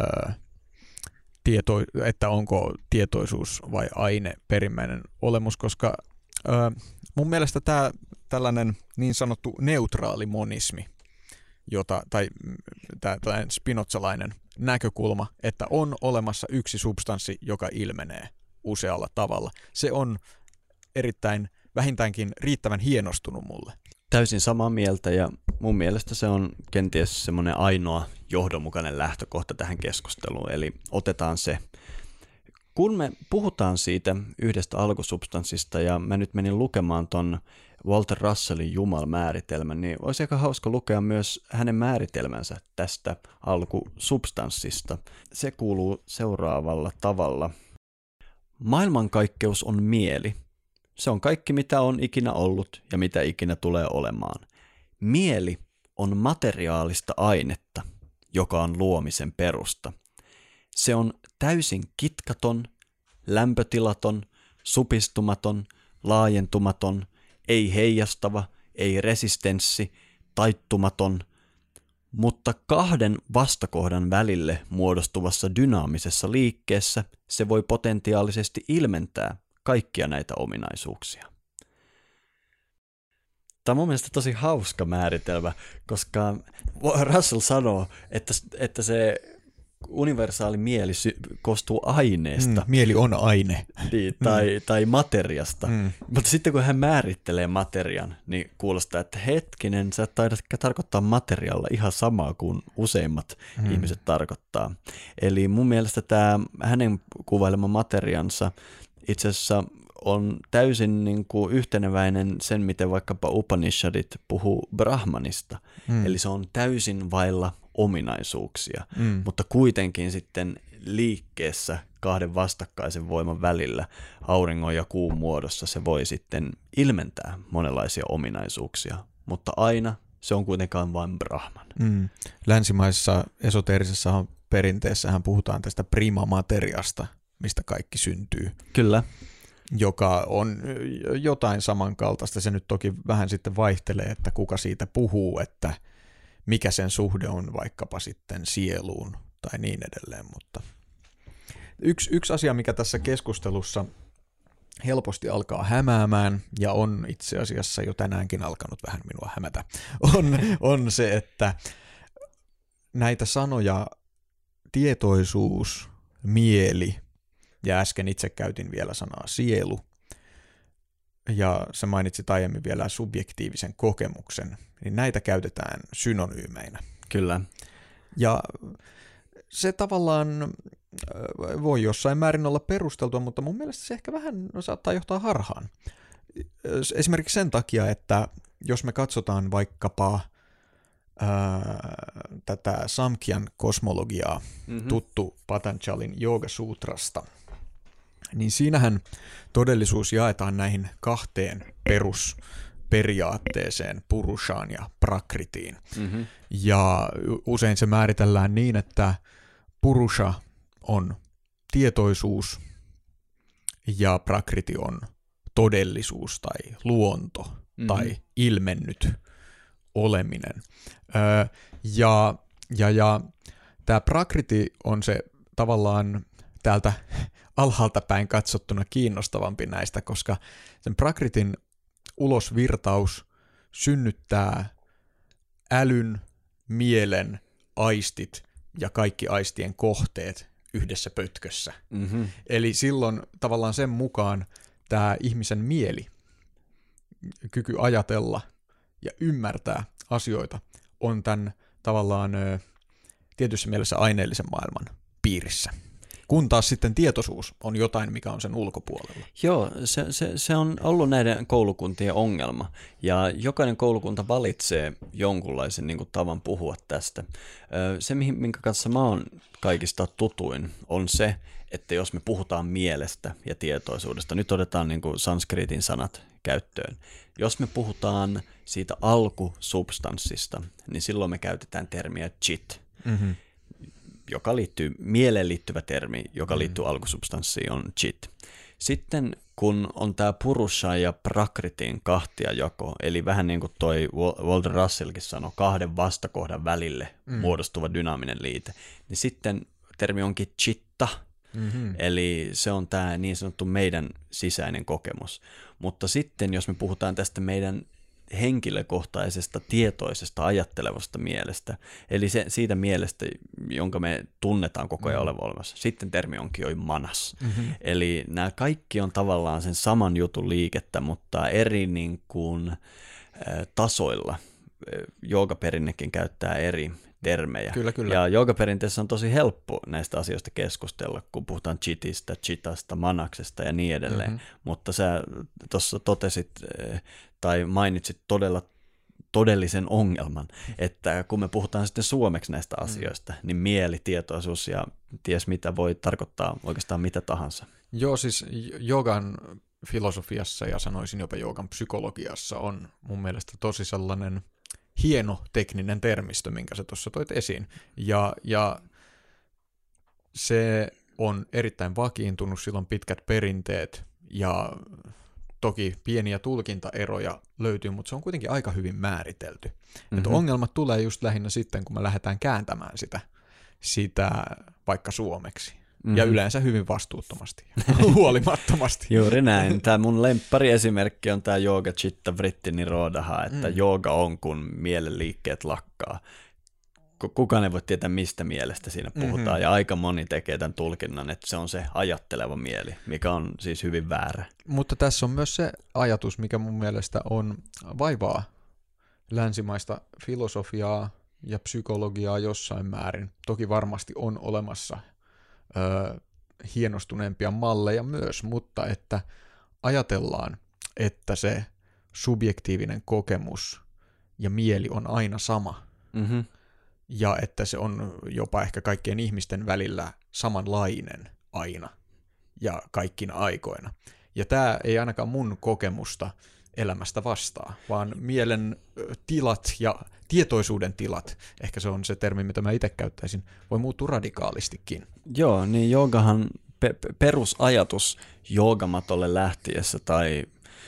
tieto, että onko tietoisuus vai aine perimmäinen olemus, koska ää, mun mielestä tämä tällainen niin sanottu neutraali monismi, jota, tai tämä tällainen spinozalainen näkökulma, että on olemassa yksi substanssi, joka ilmenee usealla tavalla, se on erittäin vähintäänkin riittävän hienostunut mulle. Täysin samaa mieltä, ja mun mielestä se on kenties semmoinen ainoa johdonmukainen lähtökohta tähän keskusteluun, eli otetaan se. Kun me puhutaan siitä yhdestä alkusubstanssista, ja mä nyt menin lukemaan ton Walter Russellin Jumal-määritelmän, niin olisi aika hauska lukea myös hänen määritelmänsä tästä alkusubstanssista. Se kuuluu seuraavalla tavalla. Maailmankaikkeus on mieli. Se on kaikki, mitä on ikinä ollut ja mitä ikinä tulee olemaan. Mieli on materiaalista ainetta, joka on luomisen perusta. Se on täysin kitkaton, lämpötilaton, supistumaton, laajentumaton, ei heijastava, ei resistenssi, taittumaton, Mutta kahden vastakohdan välille muodostuvassa dynaamisessa liikkeessä se voi potentiaalisesti ilmentää kaikkia näitä ominaisuuksia. Tämä on mun mielestä tosi hauska määritelmä, koska Russell sanoo, että, että se universaali mieli sy- koostuu aineesta. Mm, mieli on aine. Niin, tai, mm. tai materiasta. Mm. Mutta sitten kun hän määrittelee materian, niin kuulostaa, että hetkinen, sä taidat tarkoittaa materialla ihan samaa kuin useimmat mm. ihmiset tarkoittaa. Eli mun mielestä tämä hänen kuvailema materiansa itse asiassa on täysin niin kuin yhteneväinen sen, miten vaikkapa Upanishadit puhuu Brahmanista. Mm. Eli se on täysin vailla ominaisuuksia, mm. mutta kuitenkin sitten liikkeessä kahden vastakkaisen voiman välillä auringon ja kuun muodossa se voi sitten ilmentää monenlaisia ominaisuuksia, mutta aina se on kuitenkaan vain Brahman. Mm. Länsimaisessa esoteerisessa perinteessähän puhutaan tästä prima materiasta, mistä kaikki syntyy. Kyllä. Joka on jotain samankaltaista. Se nyt toki vähän sitten vaihtelee, että kuka siitä puhuu, että mikä sen suhde on vaikkapa sitten sieluun tai niin edelleen. Mutta yksi, yksi asia, mikä tässä keskustelussa helposti alkaa hämäämään, ja on itse asiassa jo tänäänkin alkanut vähän minua hämätä, on, on se, että näitä sanoja tietoisuus, mieli, ja äsken itse käytin vielä sanaa sielu, ja sä mainitsit aiemmin vielä subjektiivisen kokemuksen, niin näitä käytetään synonyymeinä. Kyllä. Ja se tavallaan voi jossain määrin olla perusteltua, mutta mun mielestä se ehkä vähän saattaa johtaa harhaan. Esimerkiksi sen takia, että jos me katsotaan vaikkapa ää, tätä Samkhyan kosmologiaa, mm-hmm. tuttu Patanjalin Jooga-sutrasta, niin siinähän todellisuus jaetaan näihin kahteen perusperiaatteeseen, Purushaan ja Prakritiin. Mm-hmm. Ja usein se määritellään niin, että Purusha on tietoisuus ja Prakriti on todellisuus tai luonto mm-hmm. tai ilmennyt oleminen. Öö, ja ja, ja tämä Prakriti on se tavallaan täältä alhaalta päin katsottuna kiinnostavampi näistä, koska sen Prakritin ulosvirtaus synnyttää älyn, mielen, aistit ja kaikki aistien kohteet yhdessä pötkössä. Mm-hmm. Eli silloin tavallaan sen mukaan tämä ihmisen mieli, kyky ajatella ja ymmärtää asioita, on tämän tavallaan tietyssä mielessä aineellisen maailman piirissä. Kun taas sitten tietoisuus on jotain, mikä on sen ulkopuolella. Joo, se, se, se on ollut näiden koulukuntien ongelma, ja jokainen koulukunta valitsee jonkunlaisen niin kuin, tavan puhua tästä. Se, minkä kanssa mä oon kaikista tutuin, on se, että jos me puhutaan mielestä ja tietoisuudesta, nyt otetaan niin kuin sanskritin sanat käyttöön. Jos me puhutaan siitä alkusubstanssista, niin silloin me käytetään termiä chit. Mm-hmm. joka liittyy, mieleen liittyvä termi, joka liittyy mm. alkusubstanssiin, on chit. Sitten kun on tämä Purusha ja Prakritin kahtiajako, eli vähän niin kuin toi Walter Russellkin sanoi, kahden vastakohdan välille mm. muodostuva dynaaminen liite, niin sitten termi onkin chitta, mm-hmm. eli se on tämä niin sanottu meidän sisäinen kokemus. Mutta sitten jos me puhutaan tästä meidän henkilökohtaisesta, tietoisesta, ajattelevasta mielestä, eli se, siitä mielestä, jonka me tunnetaan koko ajan olevan olemassa. Sitten termi onkin jo manas. Mm-hmm. Eli nämä kaikki on tavallaan sen saman jutun liikettä, mutta eri niin kuin, ä, tasoilla. Joogaperinnekin käyttää eri termejä. Kyllä, kyllä. Ja joogaperinteessä on tosi helppo näistä asioista keskustella, kun puhutaan chitistä, chitasta, manaksesta ja niin edelleen. Mm-hmm. Mutta sä tuossa totesit tai mainitsit todella todellisen ongelman, että kun me puhutaan sitten suomeksi näistä asioista, mm. niin mieli, tietoisuus ja ties mitä voi tarkoittaa oikeastaan mitä tahansa. Joo, siis joogan filosofiassa ja sanoisin jopa joogan psykologiassa on mun mielestä tosi sellainen hieno tekninen termistö, minkä sä tuossa toit esiin. Ja, ja se on erittäin vakiintunut, sillä on pitkät perinteet ja toki pieniä tulkintaeroja löytyy, mutta se on kuitenkin aika hyvin määritelty. Mm-hmm. Että ongelmat tulee just lähinnä sitten, kun me lähdetään kääntämään sitä, sitä vaikka suomeksi. Mm-hmm. Ja yleensä hyvin vastuuttomasti, huolimattomasti. Juuri näin. Tämä mun lemppariesimerkki on tämä Yoga Chitta Vritti Nirodha, että mm. jooga on, kun mielen liikkeet lakkaa. Kukaan ei voi tietää, mistä mielestä siinä puhutaan, mm-hmm. ja aika moni tekee tämän tulkinnan, että se on se ajatteleva mieli, mikä on siis hyvin väärä. Mutta tässä on myös se ajatus, mikä mun mielestä on vaivaa länsimaista filosofiaa ja psykologiaa jossain määrin. Toki varmasti on olemassa ö, hienostuneempia malleja myös, mutta että ajatellaan, että se subjektiivinen kokemus ja mieli on aina sama. Mm-hmm. Ja että se on jopa ehkä kaikkien ihmisten välillä samanlainen aina ja kaikkina aikoina. Ja tämä ei ainakaan mun kokemusta elämästä vastaa, vaan mielen tilat ja tietoisuuden tilat, ehkä se on se termi, mitä mä itse käyttäisin, voi muuttua radikaalistikin. Joo, niin joogahan pe- perusajatus joogamatolle lähtiessä tai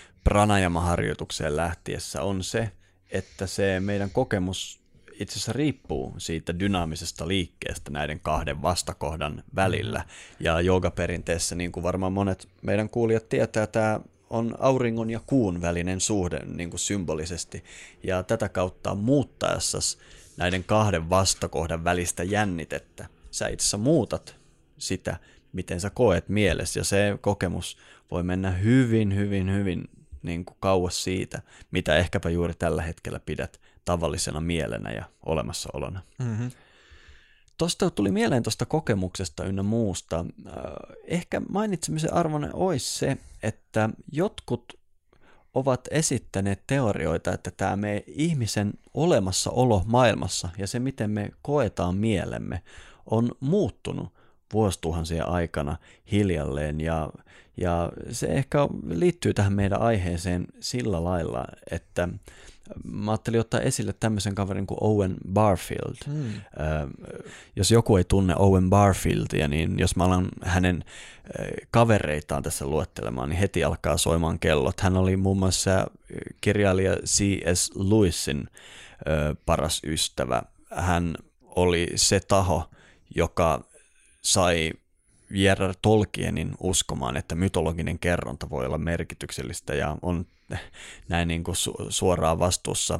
pranayama-harjoitukseen lähtiessä on se, että se meidän kokemus itse asiassa riippuu siitä dynaamisesta liikkeestä näiden kahden vastakohdan välillä. Ja joogaperinteessä, niin kuin varmaan monet meidän kuulijat tietää, tämä on auringon ja kuun välinen suhde niin kuin symbolisesti. Ja tätä kautta muuttaessa näiden kahden vastakohdan välistä jännitettä, sä itse asiassa muutat sitä, miten sä koet mielessä. Ja se kokemus voi mennä hyvin, hyvin, hyvin niin kuin kauas siitä, mitä ehkäpä juuri tällä hetkellä pidät tavallisena mielenä ja olemassaolona. Mm-hmm. Tuosta tuli mieleen tuosta kokemuksesta ynnä muusta. Ehkä mainitsemisen arvoinen olisi se, että jotkut ovat esittäneet teorioita, että tämä meidän ihmisen olemassaolo maailmassa ja se, miten me koetaan mielemme, on muuttunut vuosituhansien aikana hiljalleen, ja, ja se ehkä liittyy tähän meidän aiheeseen sillä lailla, että mä ajattelin ottaa esille tämmöisen kaverin kuin Owen Barfield. Mm. Äh, jos joku ei tunne Owen Barfieldia, niin jos mä alan hänen äh, kavereitaan tässä luettelemaan, niin heti alkaa soimaan kellot. Hän oli muun muassa kirjailija C S Lewisin äh, paras ystävä. Hän oli se taho, joka sai J R R Tolkienin uskomaan, että mytologinen kerronta voi olla merkityksellistä ja on näin niin kuin su- suoraan vastuussa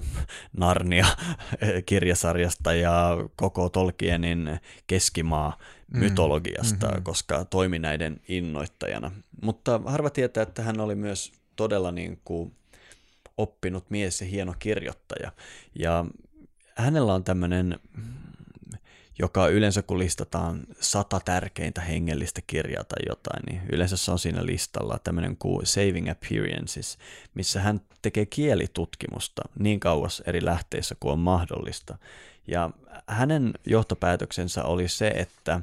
Narnia-kirjasarjasta ja koko Tolkienin keskimaa mytologiasta, mm-hmm. koska toimi näiden innoittajana. Mutta harva tietää, että hän oli myös todella niin kuin oppinut mies ja hieno kirjoittaja. Ja hänellä on tämmöinen, joka yleensä kun listataan sata tärkeintä hengellistä kirjaa tai jotain, niin yleensä se on siinä listalla tämmöinen kuin Saving Appearances, missä hän tekee kielitutkimusta niin kauas eri lähteissä kuin on mahdollista. Ja hänen johtopäätöksensä oli se, että,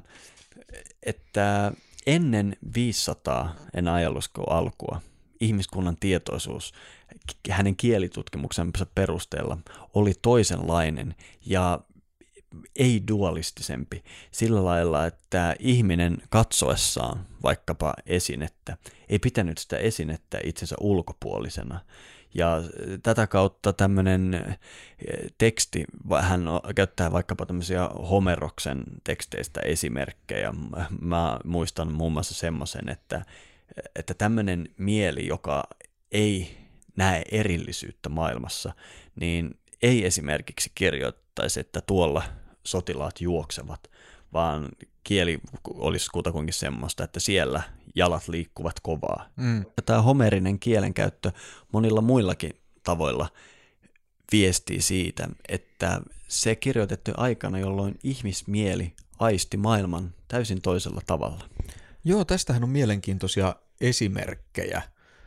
että ennen viisisataa en ajalusko alkua ihmiskunnan tietoisuus hänen kielitutkimuksensa perusteella oli toisenlainen ja ei-dualistisempi sillä lailla, että ihminen katsoessaan vaikkapa esinettä ei pitänyt sitä esinettä itsensä ulkopuolisena. Ja tätä kautta tämmöinen teksti, hän käyttää vaikkapa tämmöisiä Homeroksen teksteistä esimerkkejä. Mä muistan muun muassa semmoisen, että, että tämmöinen mieli, joka ei näe erillisyyttä maailmassa, niin ei esimerkiksi kirjoittaisi, että tuolla sotilaat juoksevat, vaan kieli olisi kutakuinkin semmoista, että siellä jalat liikkuvat kovaa. Mm. Tämä homerinen kielenkäyttö monilla muillakin tavoilla viestii siitä, että se kirjoitettu aikana, jolloin ihmismieli aisti maailman täysin toisella tavalla. Joo, tästähän on mielenkiintoisia esimerkkejä.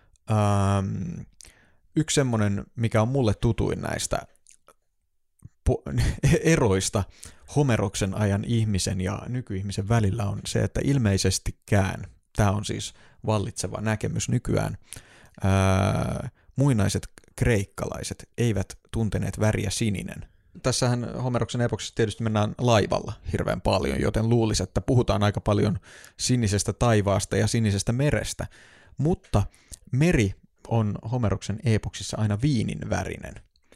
Ähm, yksi semmoinen, mikä on mulle tutuin näistä eroista Homeroksen ajan ihmisen ja nykyihmisen välillä on se, että ilmeisestikään, tämä on siis vallitseva näkemys nykyään, ää, muinaiset kreikkalaiset eivät tunteneet väriä sininen. Tässähän Homeroksen epoksessa tietysti mennään laivalla hirveän paljon, joten luulisi, että puhutaan aika paljon sinisestä taivaasta ja sinisestä merestä, mutta meri on Homeroksen eepoksissa aina viinin värinen.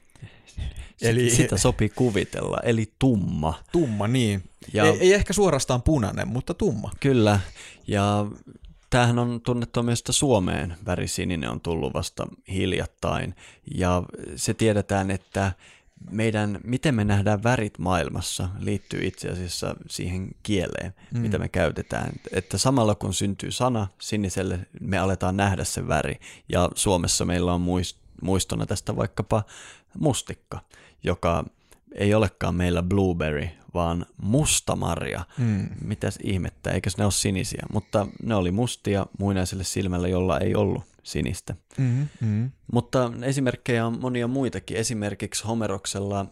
Eli sitä sopii kuvitella, eli tumma. Tumma, niin. Ja ei, ei ehkä suorastaan punainen, mutta tumma. Kyllä, ja tämähän on tunnettu myös, että Suomeen värisininen on tullut vasta hiljattain, ja se tiedetään, että meidän, miten me nähdään värit maailmassa, liittyy itse asiassa siihen kieleen, mm. mitä me käytetään. Että samalla kun syntyy sana siniselle, me aletaan nähdä se väri, ja Suomessa meillä on muistona tästä vaikkapa mustikka, joka ei olekaan meillä blueberry, vaan mustamarja. Mm. Mitäs ihmettä, eikä ne ole sinisiä, mutta ne oli mustia muinaiselle silmällä, jolla ei ollut sinistä. Mm, mm. Mutta esimerkkejä on monia muitakin. Esimerkiksi Homeroksella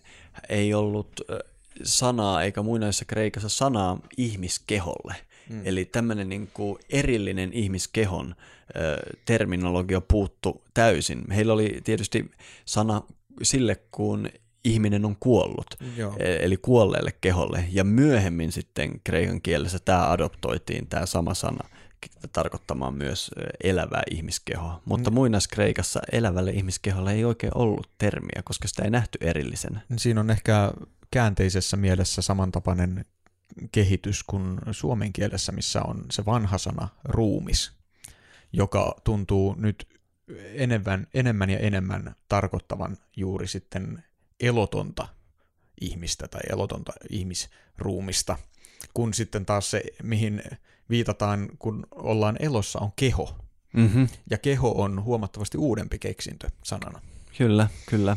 ei ollut sanaa, eikä muinaisessa Kreikassa sanaa ihmiskeholle. Mm. Eli tämmöinen niin kuin erillinen ihmiskehon ö, terminologia puuttu täysin. Heillä oli tietysti sana sille, kun ihminen on kuollut, Joo. eli kuolleelle keholle. Ja myöhemmin sitten kreikan kielessä tämä adoptoitiin, tämä sama sana, tarkoittamaan myös elävää ihmiskehoa. Mutta mm. muinaiskreikassa elävälle ihmiskeholle ei oikein ollut termiä, koska sitä ei nähty erillisenä. Siinä on ehkä käänteisessä mielessä samantapainen kehitys kuin suomen kielessä, missä on se vanha sana ruumis, joka tuntuu nyt enemmän, enemmän ja enemmän tarkoittavan juuri sitten elotonta ihmistä tai elotonta ihmisruumista, kun sitten taas se, mihin viitataan, kun ollaan elossa, on keho. Mm-hmm. Ja keho on huomattavasti uudempi keksintö sanana. Kyllä, kyllä.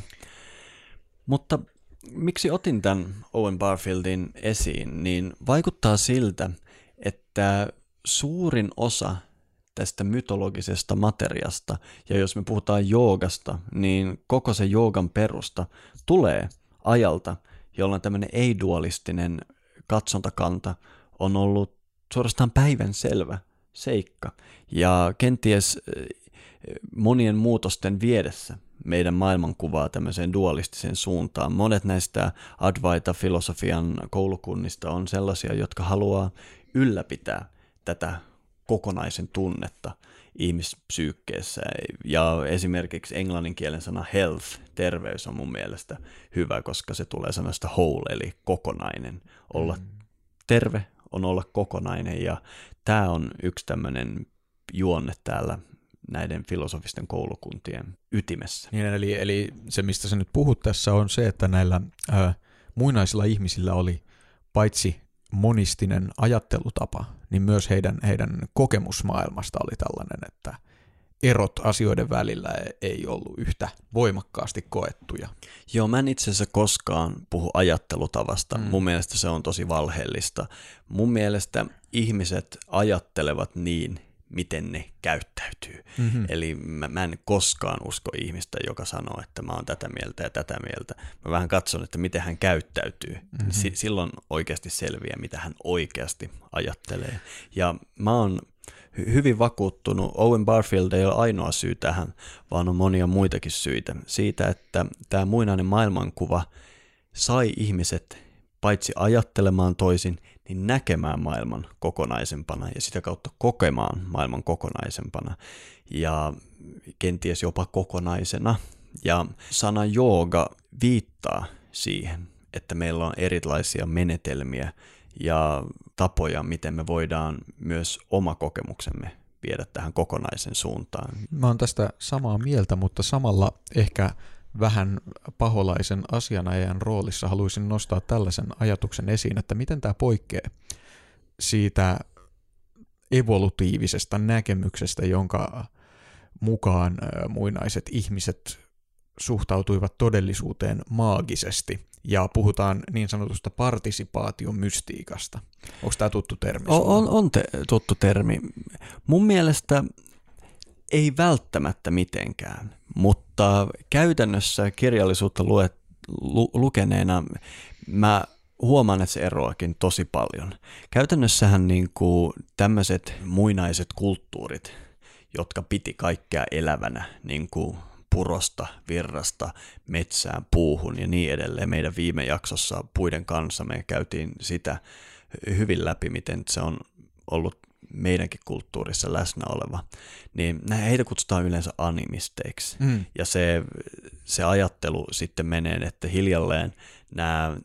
Mutta miksi otin tämän Owen Barfieldin esiin, niin vaikuttaa siltä, että suurin osa tästä mytologisesta materiasta, ja jos me puhutaan joogasta, niin koko se joogan perusta tulee ajalta, jolloin tämmöinen ei-dualistinen katsontakanta on ollut suorastaan päivänselvä seikka. Ja kenties monien muutosten viedessä meidän maailmankuvaa tämmöiseen dualistiseen suuntaan. Monet näistä Advaita-filosofian koulukunnista on sellaisia, jotka haluaa ylläpitää tätä kokonaisen tunnetta ihmispsyykkeessä. Ja esimerkiksi englannin kielen sana health, terveys, on mun mielestä hyvä, koska se tulee sanasta whole, eli kokonainen. Olla terve on olla kokonainen, ja tämä on yksi tämmöinen juonne täällä näiden filosofisten koulukuntien ytimessä. Niin, eli, eli se, mistä sä nyt puhut tässä, on se, että näillä ä, muinaisilla ihmisillä oli paitsi monistinen ajattelutapa, niin myös heidän, heidän kokemusmaailmasta oli tällainen, että erot asioiden välillä ei ollut yhtä voimakkaasti koettuja. Joo, mä en itse asiassa koskaan puhu ajattelutavasta. Mm. Mun mielestä se on tosi valheellista. Mun mielestä ihmiset ajattelevat niin, miten ne käyttäytyy. Mm-hmm. Eli mä, mä en koskaan usko ihmistä, joka sanoo, että mä oon tätä mieltä ja tätä mieltä. Mä vähän katson, että miten hän käyttäytyy. Mm-hmm. S- silloin oikeasti selviää, mitä hän oikeasti ajattelee. Ja mä oon hy- hyvin vakuuttunut. Owen Barfield ei ole ainoa syy tähän, vaan on monia muitakin syitä. Siitä, että tämä muinainen maailmankuva sai ihmiset paitsi ajattelemaan toisin, niin näkemään maailman kokonaisempana ja sitä kautta kokemaan maailman kokonaisempana ja kenties jopa kokonaisena. Ja sana jooga viittaa siihen, että meillä on erilaisia menetelmiä ja tapoja, miten me voidaan myös oma kokemuksemme viedä tähän kokonaisen suuntaan. Mä oon tästä samaa mieltä, mutta samalla ehkä vähän paholaisen asianajajan roolissa haluaisin nostaa tällaisen ajatuksen esiin, että miten tämä poikkeaa siitä evolutiivisesta näkemyksestä, jonka mukaan muinaiset ihmiset suhtautuivat todellisuuteen maagisesti, ja puhutaan niin sanotusta partisipaatiomystiikasta. Onko tämä tuttu termi? On, on, on te, tuttu termi. Mun mielestä ei välttämättä mitenkään, mutta käytännössä kirjallisuutta luet, lu, lukeneena mä huomaan, että se eroakin tosi paljon. Käytännössähän niin kuin tämmöiset muinaiset kulttuurit, jotka piti kaikkea elävänä, niin kuin purosta, virrasta, metsään, puuhun ja niin edelleen. Meidän viime jaksossa Puiden kanssa me käytiin sitä hyvin läpi, miten se on ollut meidänkin kulttuurissa läsnä oleva, niin heitä kutsutaan yleensä animisteiksi. Mm. Ja se, se ajattelu sitten menee, että hiljalleen nämä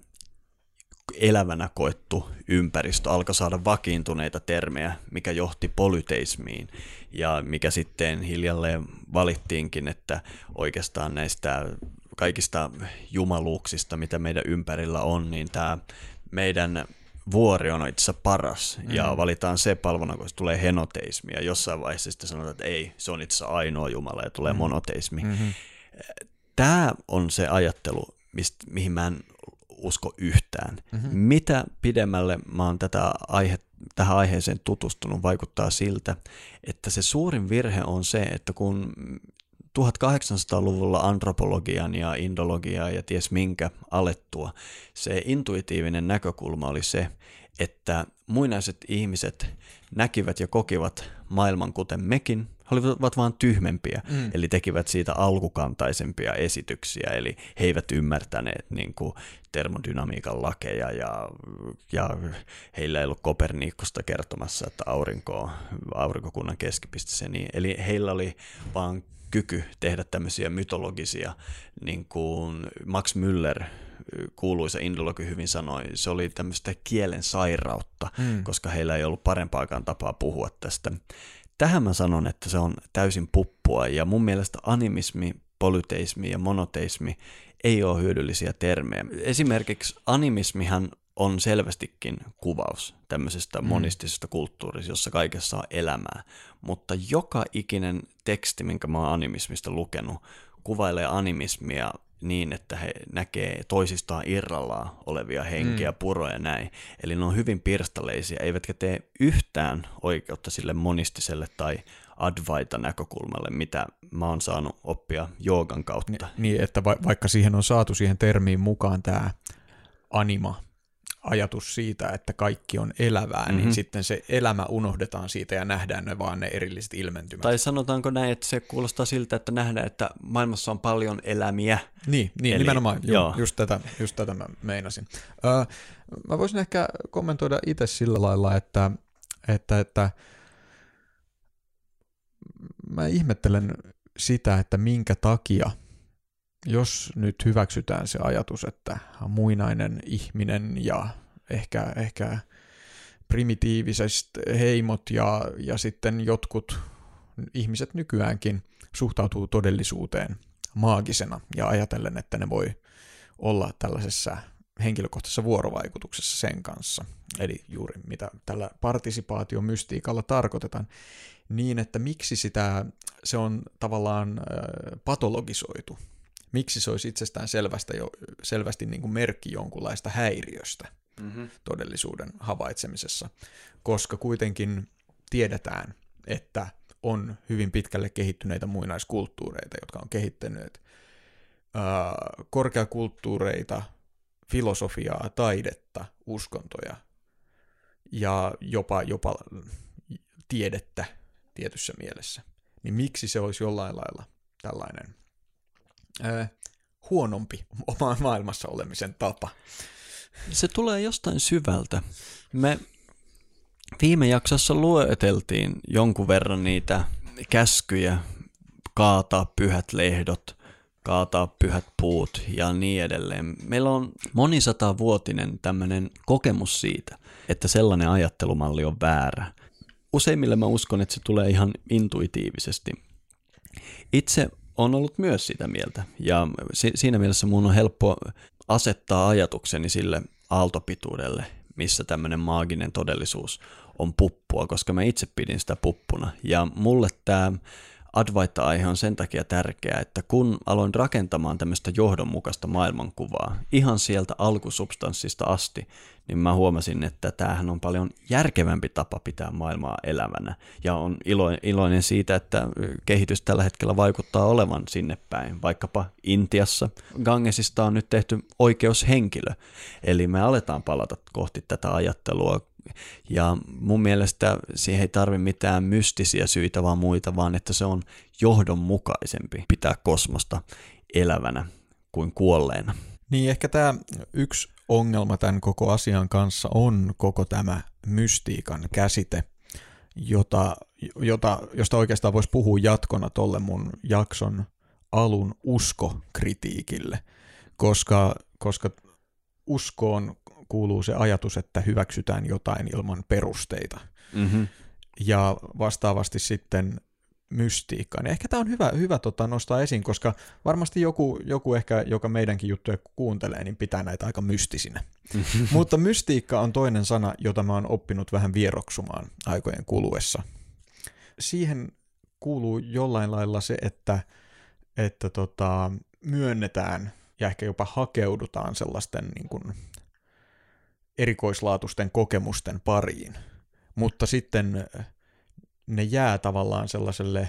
elävänä koettu ympäristö alkoi saada vakiintuneita termejä, mikä johti polyteismiin ja mikä sitten hiljalleen valittiinkin, että oikeastaan näistä kaikista jumaluuksista, mitä meidän ympärillä on, niin tämä meidän vuori on itse paras mm. ja valitaan se palvona, kun tulee henoteismi ja jossain vaiheessa sitten sanotaan, että ei, se on itse ainoa Jumala ja tulee mm. monoteismi. Mm-hmm. Tämä on se ajattelu, mistä, mihin mä en usko yhtään. Mm-hmm. Mitä pidemmälle mä oon tätä aihe, tähän aiheeseen tutustunut, vaikuttaa siltä, että se suurin virhe on se, että kun tuhatkahdeksansataaluvulla antropologian ja indologiaa ja ties minkä alettua, se intuitiivinen näkökulma oli se, että muinaiset ihmiset näkivät ja kokivat maailman kuten mekin, he olivat vaan tyhmempiä, mm. eli tekivät siitä alkukantaisempia esityksiä, eli he eivät ymmärtäneet niin kuin termodynamiikan lakeja ja, ja heillä ei ollut Kopernikusta kertomassa, että aurinko on aurinkokunnan keskipistessä, niin, eli heillä oli vaan kyky tehdä tämmöisiä mytologisia, niin kuin Max Müller, kuuluisa indologi hyvin sanoi, se oli tämmöistä kielen sairautta, mm. koska heillä ei ollut parempaakaan tapaa puhua tästä. Tähän mä sanon, että se on täysin puppua, ja mun mielestä animismi, polyteismi ja monoteismi ei ole hyödyllisiä termejä. Esimerkiksi animismihan on selvästikin kuvaus tämmöisestä monistisesta kulttuurista, jossa kaikessa on elämää, mutta joka ikinen teksti, minkä mä oon animismista lukenut, kuvailee animismia niin, että he näkee toisistaan irrallaan olevia henkiä, mm. puroja ja näin. Eli ne on hyvin pirstaleisia, eivätkä tee yhtään oikeutta sille monistiselle tai Advaita-näkökulmalle, mitä mä oon saanut oppia joogan kautta. Niin, että va- vaikka siihen on saatu siihen termiin mukaan tämä anima, ajatus siitä, että kaikki on elävää, mm-hmm. niin sitten se elämä unohdetaan siitä ja nähdään ne vaan ne erilliset ilmentymät. Tai sanotaanko näin, että se kuulostaa siltä, että nähdään, että maailmassa on paljon elämiä. Niin, niin Eli, nimenomaan, ju, joo. Just, tätä, just tätä mä meinasin. Öö, mä voisin ehkä kommentoida itse sillä lailla, että, että, että mä ihmettelen sitä, että minkä takia, jos nyt hyväksytään se ajatus, että muinainen ihminen ja ehkä, ehkä primitiiviset heimot ja, ja sitten jotkut ihmiset nykyäänkin suhtautuu todellisuuteen maagisena ja ajatellen, että ne voi olla tällaisessa henkilökohtaisessa vuorovaikutuksessa sen kanssa. Eli juuri mitä tällä partisipaatiomystiikalla tarkoitetaan, niin että miksi sitä, se on tavallaan patologisoitu. Miksi se olisi itsestään selvästä jo, selvästi niin kuin merkki jonkunlaista häiriöstä mm-hmm. todellisuuden havaitsemisessa, koska kuitenkin tiedetään, että on hyvin pitkälle kehittyneitä muinaiskulttuureita, jotka on kehittäneet ää, korkeakulttuureita, filosofiaa, taidetta, uskontoja ja jopa, jopa tiedettä tietyssä mielessä. Niin miksi se olisi jollain lailla tällainen Öö, huonompi oma maailmassa olemisen tapa? Se tulee jostain syvältä. Me viime jaksossa lueteltiin jonkun verran niitä käskyjä, kaataa pyhät lehdot, kaataa pyhät puut ja niin edelleen. Meillä on monisatavuotinen tämmöinen kokemus siitä, että sellainen ajattelumalli on väärä. Useimmille mä uskon, että se tulee ihan intuitiivisesti. Itse on ollut myös sitä mieltä, ja si- siinä mielessä mun on helppo asettaa ajatukseni sille aaltopituudelle, missä tämmöinen maaginen todellisuus on puppua, koska mä itse pidin sitä puppuna, ja mulle tämä Advaita-aihe on sen takia tärkeä, että kun aloin rakentamaan tämmöistä johdonmukaista maailmankuvaa ihan sieltä alkusubstanssista asti, niin mä huomasin, että tämähän on paljon järkevämpi tapa pitää maailmaa elävänä. Ja on ilo, iloinen siitä, että kehitys tällä hetkellä vaikuttaa olevan sinne päin. Vaikkapa Intiassa Gangesista on nyt tehty oikeushenkilö. Eli me aletaan palata kohti tätä ajattelua. Ja mun mielestä siihen ei tarvitse mitään mystisiä syitä vaan muita, vaan että se on johdonmukaisempi pitää kosmosta elävänä kuin kuolleena. Niin ehkä tämä yksi ongelma tämän koko asian kanssa on koko tämä mystiikan käsite, jota, jota, josta oikeastaan voisi puhua jatkona tolle mun jakson alun uskokritiikille, koska, koska uskoon kuuluu se ajatus, että hyväksytään jotain ilman perusteita. Mm-hmm. Ja vastaavasti sitten mystiikkaan. Ehkä tämä on hyvä, hyvä tota, nostaa esiin, koska varmasti joku, joku ehkä, joka meidänkin juttuja kuuntelee, niin pitää näitä aika mystisinä. Mm-hmm. Mutta mystiikka on toinen sana, jota mä oon oppinut vähän vieroksumaan aikojen kuluessa. Siihen kuuluu jollain lailla se, että, että tota, myönnetään ja ehkä jopa hakeudutaan sellaisten niin kuin erikoislaatuisten kokemusten pariin, mutta sitten ne jää tavallaan sellaiselle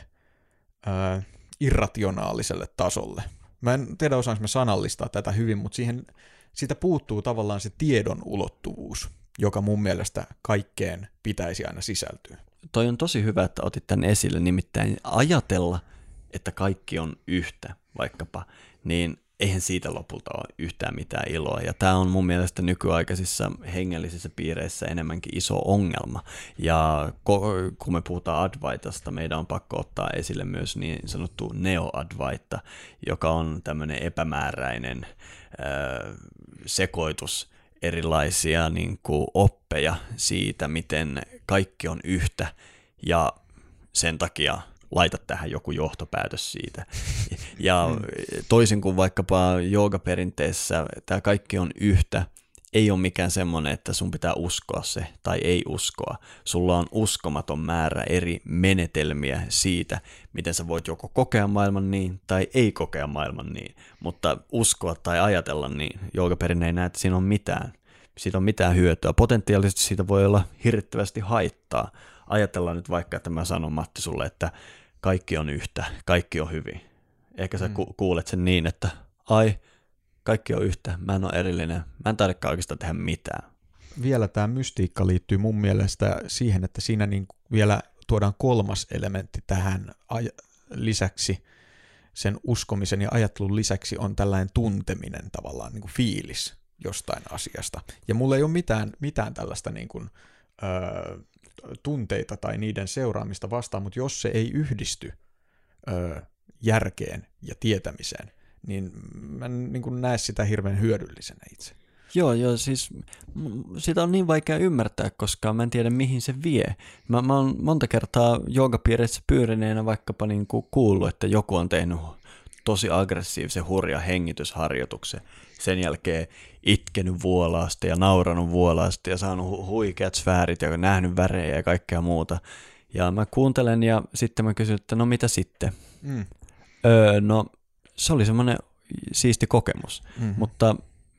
ää, irrationaaliselle tasolle. Mä en tiedä, osaanko mä sanallistaa tätä hyvin, mutta siihen, siitä puuttuu tavallaan se tiedon ulottuvuus, joka mun mielestä kaikkeen pitäisi aina sisältyä. Toi on tosi hyvä, että otit tämän esille, nimittäin ajatella, että kaikki on yhtä vaikkapa, niin eihän siitä lopulta ole yhtään mitään iloa. Ja tämä on mun mielestä nykyaikaisissa hengellisissä piireissä enemmänkin iso ongelma. Ja kun me puhutaan Advaitasta, meidän on pakko ottaa esille myös niin sanottu neo-Advaita, joka on tämmöinen epämääräinen äh, sekoitus erilaisia niin kuin oppeja siitä, miten kaikki on yhtä, ja sen takia laita tähän joku johtopäätös siitä. Ja toisin kuin vaikkapa joogaperinteessä, tämä kaikki on yhtä, ei ole mikään semmoinen, että sun pitää uskoa se tai ei uskoa. Sulla on uskomaton määrä eri menetelmiä siitä, miten sä voit joko kokea maailman niin tai ei kokea maailman niin, mutta uskoa tai ajatella niin, joogaperinne ei näe, että siinä on mitään. Siitä on mitään hyötyä. Potentiaalisesti siitä voi olla hirvittävästi haittaa. Ajatellaan nyt vaikka, että mä sanon Matti sulle, että kaikki on yhtä, kaikki on hyvin. Ehkä sä ku- kuulet sen niin, että ai, kaikki on yhtä, mä en ole erillinen, mä en tarvitse oikeastaan tehdä mitään. Vielä tämä mystiikka liittyy mun mielestä siihen, että siinä niin vielä tuodaan kolmas elementti tähän aj- lisäksi, sen uskomisen ja ajattelun lisäksi on tällainen tunteminen tavallaan, niin kuin fiilis jostain asiasta. Ja mulla ei ole mitään, mitään tällaista niin kuin, öö, tunteita tai niiden seuraamista vastaan, mutta jos se ei yhdisty öö, järkeen ja tietämiseen, niin mä en niin kuin näe sitä hirveän hyödyllisenä itse. Joo, joo, siis sitä on niin vaikea ymmärtää, koska mä en tiedä mihin se vie. Mä, mä oon monta kertaa joogapiireissä pyörineenä vaikkapa niin kuin kuullut, että joku on tehnyt tosi aggressiivisen hurja hengitysharjoituksen. Sen jälkeen itkenyt vuolaasti ja nauranut vuolaasti ja saanut hu- huikeat sfäärit ja nähnyt värejä ja kaikkea muuta. Ja mä kuuntelen ja sitten mä kysyn, että no mitä sitten? Mm. Öö, no se oli semmoinen siisti kokemus, mm-hmm. mutta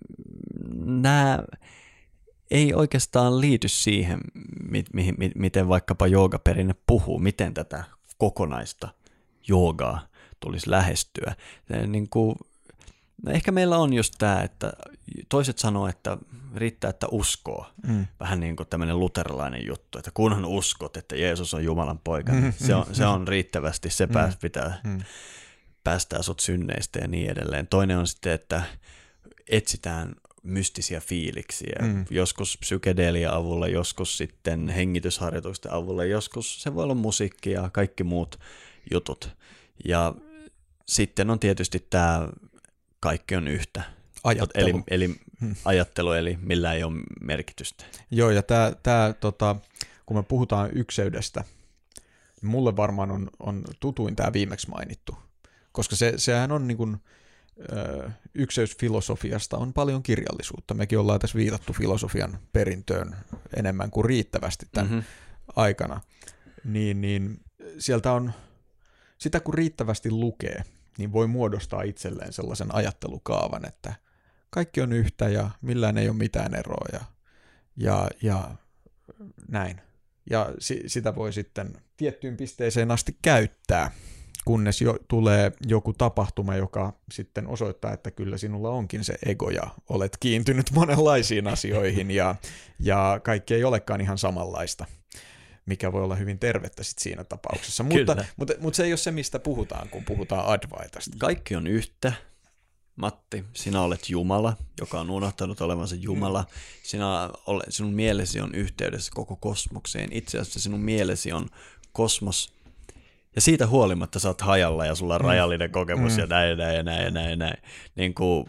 nämä ei oikeastaan liity siihen, mi- mi- mi- miten vaikkapa joogaperinne puhuu, miten tätä kokonaista joogaa tulisi lähestyä. Niin kuin, no ehkä meillä on just tämä, että toiset sanoo, että riittää, että uskoo. Mm. Vähän niin kuin tämmöinen luterilainen juttu, että kunhan uskot, että Jeesus on Jumalan poika, niin se on, se on riittävästi, se pääs pitää mm. päästää sut synneistä ja niin edelleen. Toinen on sitten, että etsitään mystisiä fiiliksiä, mm. joskus psykedelia avulla, joskus sitten hengitysharjoitusten avulla, joskus se voi olla musiikki ja kaikki muut jutut. Ja sitten on tietysti tämä kaikki on yhtä. Ajattelu. Eli, eli hmm. ajattelu, eli millä ei ole merkitystä. Joo, ja tämä, tämä tota, kun me puhutaan ykseydestä, niin mulle varmaan on, on tutuin tämä viimeksi mainittu, koska se, sehän on niin kuin, ö, ykseysfilosofiasta on paljon kirjallisuutta. Mekin ollaan tässä viitattu filosofian perintöön enemmän kuin riittävästi tämän mm-hmm. aikana. Niin, niin sieltä on, sitä kun riittävästi lukee, niin voi muodostaa itselleen sellaisen ajattelukaavan, että kaikki on yhtä ja millään ei ole mitään eroa ja, ja, ja näin. Ja si, sitä voi sitten tiettyyn pisteeseen asti käyttää, kunnes jo tulee joku tapahtuma, joka sitten osoittaa, että kyllä sinulla onkin se ego ja olet kiintynyt monenlaisiin asioihin ja, ja kaikki ei olekaan ihan samanlaista, mikä voi olla hyvin tervettä sit siinä tapauksessa. Mutta, mutta, mutta se ei ole se, mistä puhutaan, kun puhutaan Advaitasta. Kaikki on yhtä, Matti, sinä olet Jumala, joka on unohtanut olevansa Jumala. Sinä ole, sinun mielesi on yhteydessä koko kosmokseen. Itse asiassa sinun mielesi on kosmos. Ja siitä huolimatta sä oot hajalla ja sulla on rajallinen kokemus mm. ja näin ja näin ja näin ja näin. Ja näin. Niin kuin,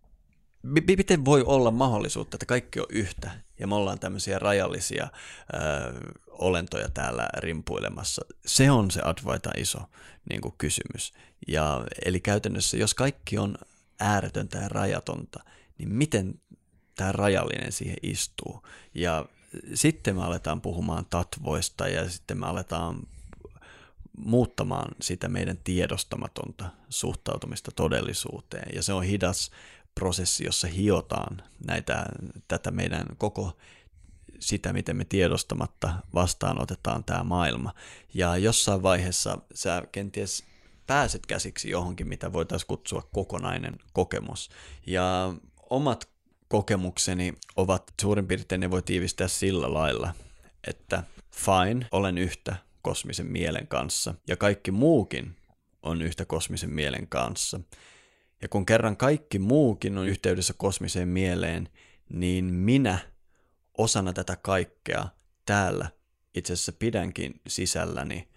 m- miten voi olla mahdollisuutta, että kaikki on yhtä ja me ollaan tämmöisiä rajallisia äh, olentoja täällä rimpuilemassa. Se on se Advaita iso niin kuin kysymys. Ja, eli käytännössä, jos kaikki on ääretöntä ja rajatonta, niin miten tämä rajallinen siihen istuu? Ja sitten me aletaan puhumaan tatvoista ja sitten me aletaan muuttamaan sitä meidän tiedostamatonta suhtautumista todellisuuteen. Ja se on hidas prosessi, jossa hiotaan näitä, tätä meidän koko sitä, miten me tiedostamatta vastaanotetaan tämä maailma. Ja jossain vaiheessa sä kenties pääset käsiksi johonkin, mitä voitaisiin kutsua kokonainen kokemus. Ja omat kokemukseni ovat suurin piirtein, ne voi tiivistää sillä lailla, että fine, olen yhtä kosmisen mielen kanssa ja kaikki muukin on yhtä kosmisen mielen kanssa. Ja kun kerran kaikki muukin on yhteydessä kosmiseen mieleen, niin minä osana tätä kaikkea täällä itse asiassa pidänkin sisälläni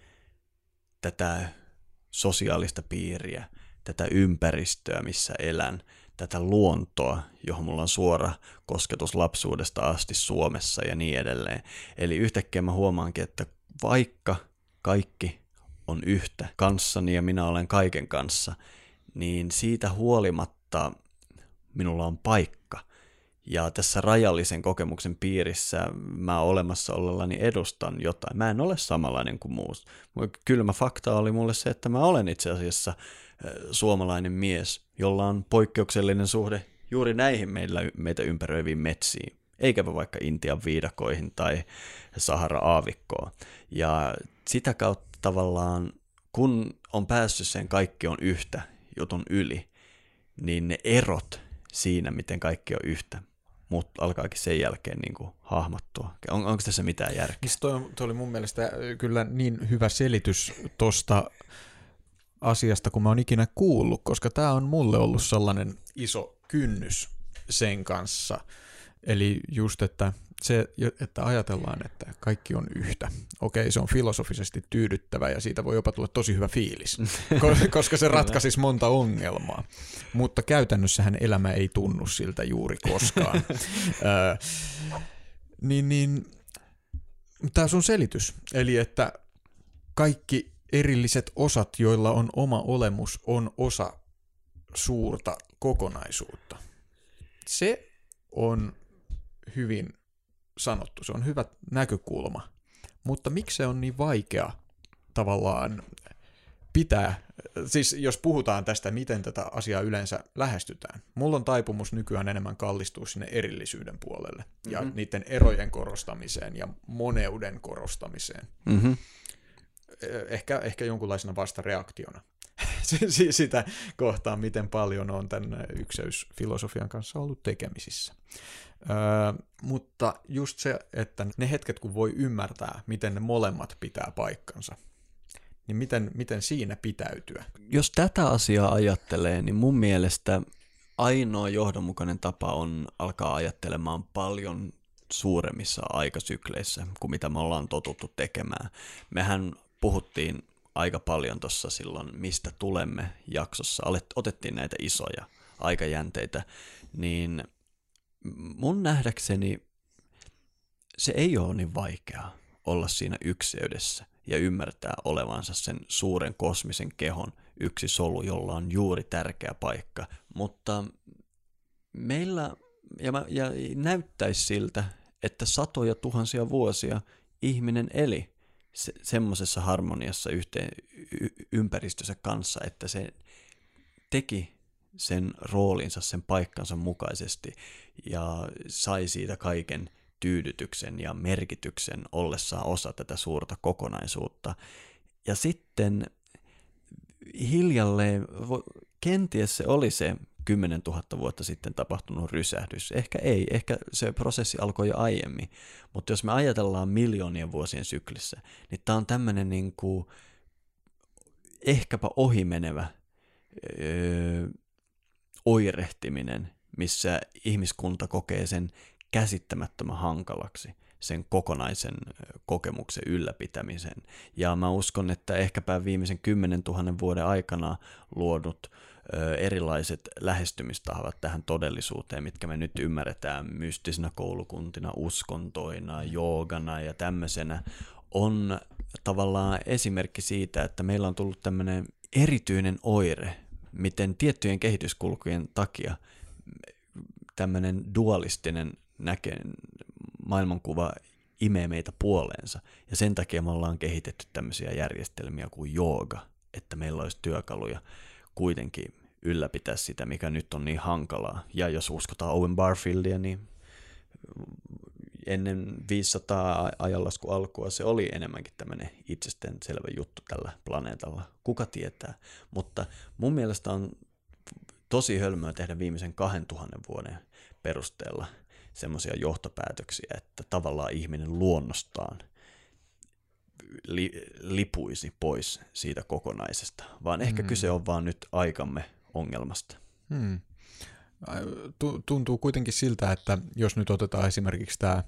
tätä sosiaalista piiriä, tätä ympäristöä, missä elän, tätä luontoa, johon mulla on suora kosketus lapsuudesta asti Suomessa ja niin edelleen. Eli yhtäkkiä mä huomaankin, että vaikka kaikki on yhtä kanssani ja minä olen kaiken kanssa, niin siitä huolimatta minulla on paikka. Ja tässä rajallisen kokemuksen piirissä mä olemassa olellani edustan jotain. Mä en ole samanlainen kuin muut. Kylmä fakta oli mulle se, että mä olen itse asiassa suomalainen mies, jolla on poikkeuksellinen suhde juuri näihin meillä, meitä ympäröiviin metsiin, eikäpä vaikka Intian viidakoihin tai Sahara-aavikkoon. Ja sitä kautta tavallaan, kun on päässyt sen kaikki on yhtä jutun yli, niin ne erot siinä, miten kaikki on yhtä, mutta alkaakin sen jälkeen niin kuin hahmottua. On, onko tässä mitään järkeä? Toi, toi oli mun mielestä kyllä niin hyvä selitys tuosta asiasta, kun mä oon ikinä kuullut, koska tämä on mulle ollut sellainen iso kynnys sen kanssa. Eli just, että, se, että ajatellaan, että kaikki on yhtä. Okei, se on filosofisesti tyydyttävä ja siitä voi jopa tulla tosi hyvä fiilis, koska se ratkaisisi monta ongelmaa. Mutta käytännössähän elämä ei tunnu siltä juuri koskaan. äh, niin, niin, tämä on selitys. Eli että kaikki erilliset osat, joilla on oma olemus, on osa suurta kokonaisuutta. Se on hyvin sanottu, se on hyvä näkökulma, mutta miksi se on niin vaikea tavallaan pitää, siis jos puhutaan tästä, miten tätä asiaa yleensä lähestytään. Mulla on taipumus nykyään enemmän kallistua sinne erillisyyden puolelle mm-hmm. ja niiden erojen korostamiseen ja moneuden korostamiseen. Mm-hmm. Ehkä, ehkä jonkunlaisena vastareaktiona sitä kohtaan, miten paljon on tämän ykseysfilosofian kanssa ollut tekemisissä. Öö, mutta just se, että ne hetket, kun voi ymmärtää, miten ne molemmat pitää paikkansa, niin miten, miten siinä pitäytyä? Jos tätä asiaa ajattelee, niin mun mielestä ainoa johdonmukainen tapa on alkaa ajattelemaan paljon suuremmissa aikasykleissä kuin mitä me ollaan totuttu tekemään. Mehän puhuttiin aika paljon tuossa silloin, mistä tulemme jaksossa, otettiin näitä isoja aikajänteitä, niin mun nähdäkseni se ei ole niin vaikeaa olla siinä ykseydessä ja ymmärtää olevansa sen suuren kosmisen kehon yksi solu, jolla on juuri tärkeä paikka, mutta meillä ja, mä, ja näyttäisi siltä, että satoja tuhansia vuosia ihminen eli se, semmoisessa harmoniassa yhteen y- ympäristössä kanssa, että se teki sen roolinsa, sen paikkansa mukaisesti ja sai siitä kaiken tyydytyksen ja merkityksen ollessaan osa tätä suurta kokonaisuutta. Ja sitten hiljalleen, kenties se oli se kymmenen tuhatta vuotta sitten tapahtunut rysähdys. Ehkä ei, ehkä se prosessi alkoi jo aiemmin, mutta jos me ajatellaan miljoonien vuosien syklissä, niin tämä on tämmöinen niin kuin ehkäpä ohimenevä öö, oirehtiminen, missä ihmiskunta kokee sen käsittämättömän hankalaksi, sen kokonaisen kokemuksen ylläpitämisen. Ja mä uskon, että ehkäpä viimeisen kymmenen tuhannen vuoden aikana luodut ö, erilaiset lähestymistavat tähän todellisuuteen, mitkä me nyt ymmärretään mystisinä koulukuntina, uskontoina, joogana ja tämmöisenä, on tavallaan esimerkki siitä, että meillä on tullut tämmöinen erityinen oire, miten tiettyjen kehityskulkujen takia tämmöinen dualistinen näke, maailmankuva imee meitä puoleensa. Ja sen takia me ollaan kehitetty tämmöisiä järjestelmiä kuin jooga, että meillä olisi työkaluja kuitenkin ylläpitää sitä, mikä nyt on niin hankalaa. Ja jos uskotaan Owen Barfieldia, niin ennen viisisataa ajanlaskun alkua se oli enemmänkin tämmöinen itsestäänselvä juttu tällä planeetalla. Kuka tietää? Mutta mun mielestä on tosi hölmöä tehdä viimeisen kahden tuhannen vuoden perusteella semmoisia johtopäätöksiä, että tavallaan ihminen luonnostaan li, lipuisi pois siitä kokonaisesta, vaan ehkä mm. kyse on vaan nyt aikamme ongelmasta. Hmm. Tuntuu kuitenkin siltä, että jos nyt otetaan esimerkiksi tämä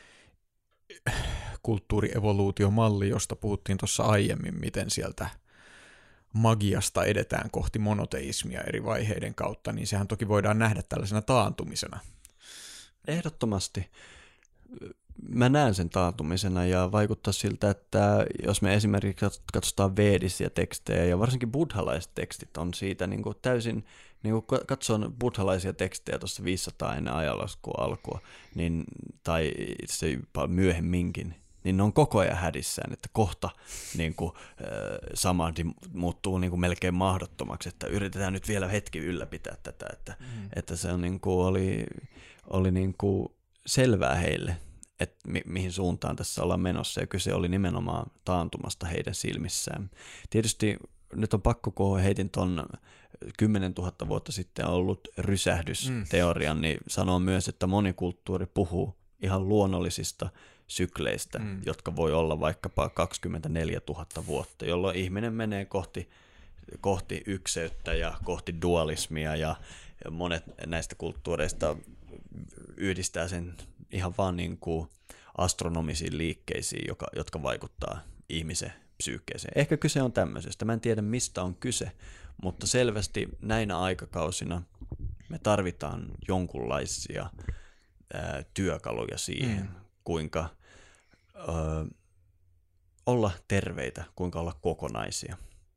kulttuurievoluutiomalli, josta puhuttiin tuossa aiemmin, miten sieltä magiasta edetään kohti monoteismia eri vaiheiden kautta, niin sehän toki voidaan nähdä tällaisena taantumisena. Ehdottomasti. Mä näen sen taantumisena ja vaikuttaa siltä, että jos me esimerkiksi katsotaan veedisiä tekstejä ja varsinkin buddhalaiset tekstit on siitä niin kuin täysin, niin kuin katson buddhalaisia tekstejä tuossa viisisataa ennen ajanlaskua alkua, niin, tai se myöhemminkin, niin ne on koko ajan hädissään, että kohta niin kuin, samadhi muuttuu niin kuin melkein mahdottomaksi, että yritetään nyt vielä hetki ylläpitää tätä, että, mm. että se on, niin kuin, oli, oli niin kuin selvää heille, että mi- mihin suuntaan tässä ollaan menossa, ja kyse oli nimenomaan taantumasta heidän silmissään. Tietysti nyt on pakko, kun heitin tuon kymmenen tuhatta vuotta sitten ollut rysähdysteorian, mm. niin sanoo myös, että monikulttuuri puhuu ihan luonnollisista sykleistä, mm. jotka voi olla vaikkapa kaksikymmentäneljä tuhatta vuotta, jolloin ihminen menee kohti, kohti ykseyttä ja kohti dualismia, ja monet näistä kulttuureista yhdistää sen ihan vaan niin kuin astronomisiin liikkeisiin, joka, jotka vaikuttaa ihmisen psyykkeeseen. Ehkä kyse on tämmöisestä. Mä en tiedä, mistä on kyse, mutta selvästi näinä aikakausina me tarvitaan jonkunlaisia ää, työkaluja siihen, mm. kuinka ää, olla terveitä, kuinka olla kokonaisia.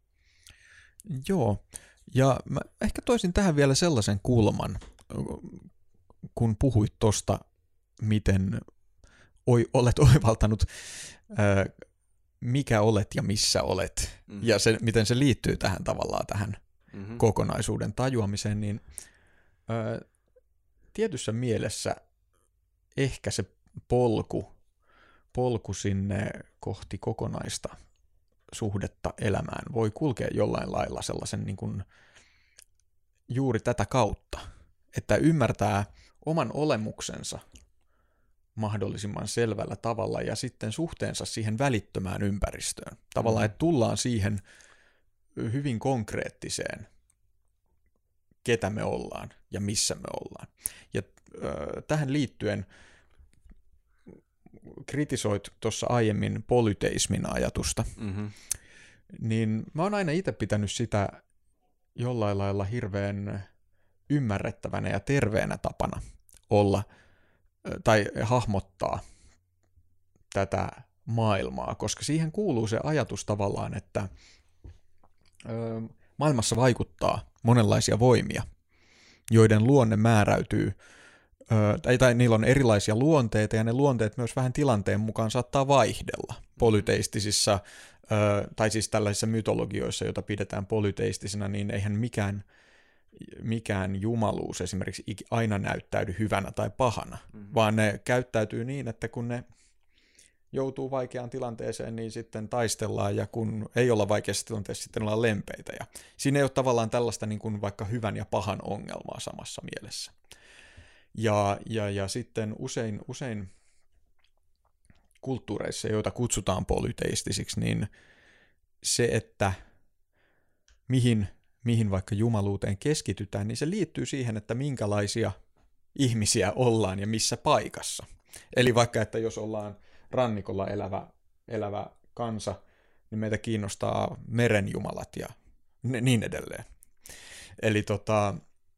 Joo, ja mä ehkä toisin tähän vielä sellaisen kulman, kun puhuit tuosta, miten oi, olet oivaltanut, ää, mikä olet ja missä olet, mm-hmm. ja se, miten se liittyy tähän tavallaan tähän mm-hmm. kokonaisuuden tajuamiseen, niin ää, tietyssä mielessä ehkä se polku, polku sinne kohti kokonaista suhdetta elämään voi kulkea jollain lailla sellaisen niin kuin juuri tätä kautta, että ymmärtää oman olemuksensa mahdollisimman selvällä tavalla ja sitten suhteensa siihen välittömään ympäristöön. Tavallaan, että tullaan siihen hyvin konkreettiseen, ketä me ollaan ja missä me ollaan. Ja äh, tähän liittyen kritisoit tuossa aiemmin polyteismin ajatusta, mm-hmm. niin mä oon aina itse pitänyt sitä jollain lailla hirveän ymmärrettävänä ja terveenä tapana olla tai hahmottaa tätä maailmaa, koska siihen kuuluu se ajatus tavallaan, että ö, maailmassa vaikuttaa monenlaisia voimia, joiden luonne määräytyy, ö, tai, tai niillä on erilaisia luonteita, ja ne luonteet myös vähän tilanteen mukaan saattaa vaihdella. Polyteistisissa, ö, tai siis tällaisissa mytologioissa, joita pidetään polyteistisina, niin eihän mikään mikään jumaluus esimerkiksi aina näyttäydy hyvänä tai pahana, mm-hmm. vaan ne käyttäytyy niin, että kun ne joutuu vaikeaan tilanteeseen, niin sitten taistellaan, ja kun ei olla vaikeassa tilanteessa, sitten ollaan lempeitä. Ja siinä ei ole tavallaan tällaista niin kuin vaikka hyvän ja pahan ongelmaa samassa mielessä. Ja, ja, ja sitten usein, usein kulttuureissa, joita kutsutaan polyteistisiksi, niin se, että mihin mihin vaikka jumaluuteen keskitytään, niin se liittyy siihen, että minkälaisia ihmisiä ollaan ja missä paikassa. Eli vaikka, että jos ollaan rannikolla elävä, elävä kansa, niin meitä kiinnostaa merenjumalat ja niin edelleen. Eli tota,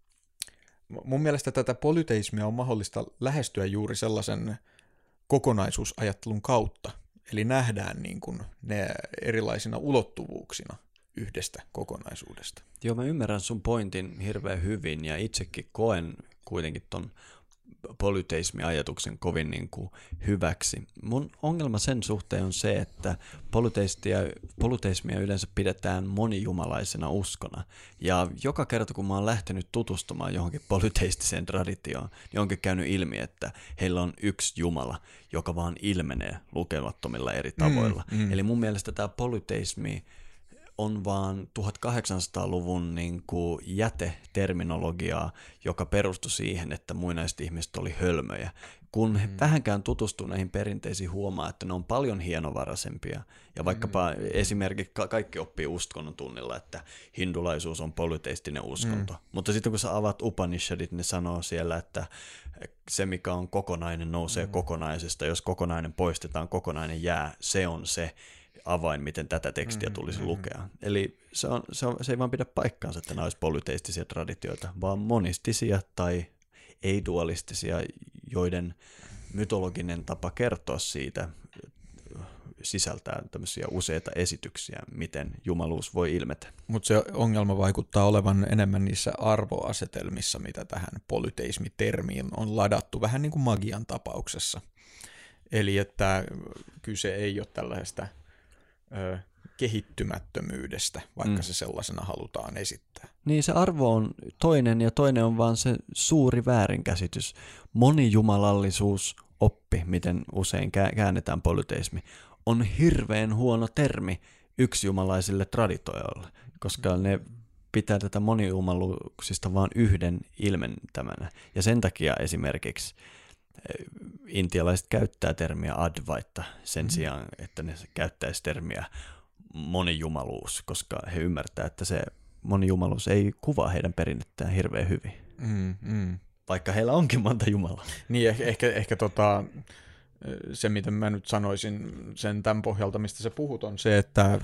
mun mielestä tätä polyteismia on mahdollista lähestyä juuri sellaisen kokonaisuusajattelun kautta. Eli nähdään niin kuin ne erilaisina ulottuvuuksina yhdestä kokonaisuudesta. Joo, mä ymmärrän sun pointin hirveän hyvin ja itsekin koen kuitenkin ton polyteismi-ajatuksen kovin niin kuin hyväksi. Mun ongelma sen suhteen on se, että polyteismia yleensä pidetään monijumalaisena uskona. Ja joka kerta, kun mä oon lähtenyt tutustumaan johonkin polyteistiseen traditioon, niin onkin käynyt ilmi, että heillä on yksi Jumala, joka vaan ilmenee lukemattomilla eri tavoilla. Mm, mm. Eli mun mielestä tämä polyteismi on vaan tuhatkahdeksansataaluvun niin kuin jäteterminologiaa, joka perustui siihen, että muinaiset ihmiset oli hölmöjä. Kun he mm. vähänkään tutustuu näihin perinteisiin, huomaa, että ne on paljon hienovaraisempia. Ja vaikkapa mm. esimerkiksi kaikki oppii uskonnon tunnilla, että hindulaisuus on polyteistinen uskonto. Mm. Mutta sitten kun sä avaat Upanishadit, ne sanoo siellä, että se mikä on kokonainen nousee mm. kokonaisesta. Jos kokonainen poistetaan, kokonainen jää. Se on se avain, miten tätä tekstiä tulisi mm-hmm. lukea. Eli se, on, se, on, se ei vaan pidä paikkaansa, että nämä olisi polyteistisia traditioita, vaan monistisia tai ei-dualistisia, joiden mytologinen tapa kertoa siitä sisältää tämmöisiä useita esityksiä, miten jumaluus voi ilmetä. Mutta se ongelma vaikuttaa olevan enemmän niissä arvoasetelmissa, mitä tähän polyteismitermiin on ladattu, vähän niin kuin magian tapauksessa. Eli että kyse ei ole tällaisesta ö, kehittymättömyydestä, vaikka mm. se sellaisena halutaan esittää. Niin, se arvo on toinen, ja toinen on vaan se suuri väärinkäsitys. Monijumalallisuus, oppi, miten usein käännetään polyteismi, on hirveän huono termi yksijumalaisille traditioille, koska ne pitää tätä monijumaluuksista vain yhden ilmentämänä. Ja sen takia esimerkiksi intialaiset käyttää termiä Advaita sen sijaan, että ne käyttäisi termiä monijumaluus, koska he ymmärtää, että se monijumaluus ei kuvaa heidän perinnettään hirveän hyvin. Mm, mm. Vaikka heillä onkin monta jumalaa. Niin, ehkä, ehkä, ehkä tota, se, mitä mä nyt sanoisin sen tämän pohjalta, mistä sä puhut, on se, että,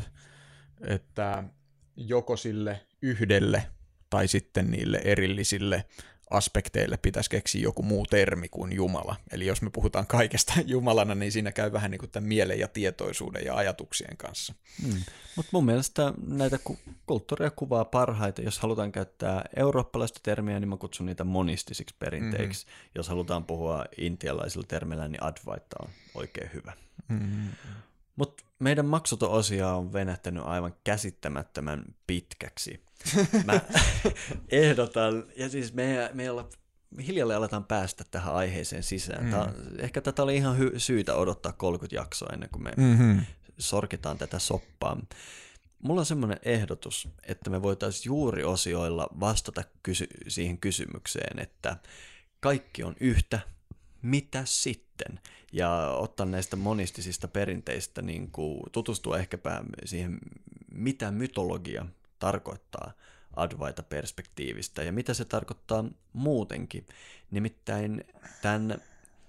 että joko sille yhdelle tai sitten niille erillisille aspekteille pitäisi keksiä joku muu termi kuin Jumala. Eli jos me puhutaan kaikesta Jumalana, niin siinä käy vähän niin kuin tämän mielen ja tietoisuuden ja ajatuksien kanssa. Mm. Mutta mun mielestä näitä ku- kulttuureja kuvaa parhaita. Jos halutaan käyttää eurooppalaista termiä, niin mä kutsun niitä monistisiksi perinteiksi. Mm-hmm. Jos halutaan puhua intialaisilla termeillä, niin Advaita on oikein hyvä. Mm-hmm. Mutta meidän maksuton osia on venähtänyt aivan käsittämättömän pitkäksi. Mä ehdotan, ja siis me, me olla, hiljalleen aletaan päästä tähän aiheeseen sisään. Mm. Tää, ehkä tätä oli ihan hy- syytä odottaa kolmekymmentä jaksoa ennen kuin me mm-hmm. sorkitaan tätä soppaa. Mulla on semmoinen ehdotus, että me voitaisiin juuri osioilla vastata kysy- siihen kysymykseen, että kaikki on yhtä, mitä sitten? Ja ottaa näistä monistisista perinteistä, niin kuin tutustua ehkäpä siihen, mitä mytologia tarkoittaa Advaita-perspektiivistä ja mitä se tarkoittaa muutenkin. Nimittäin tämän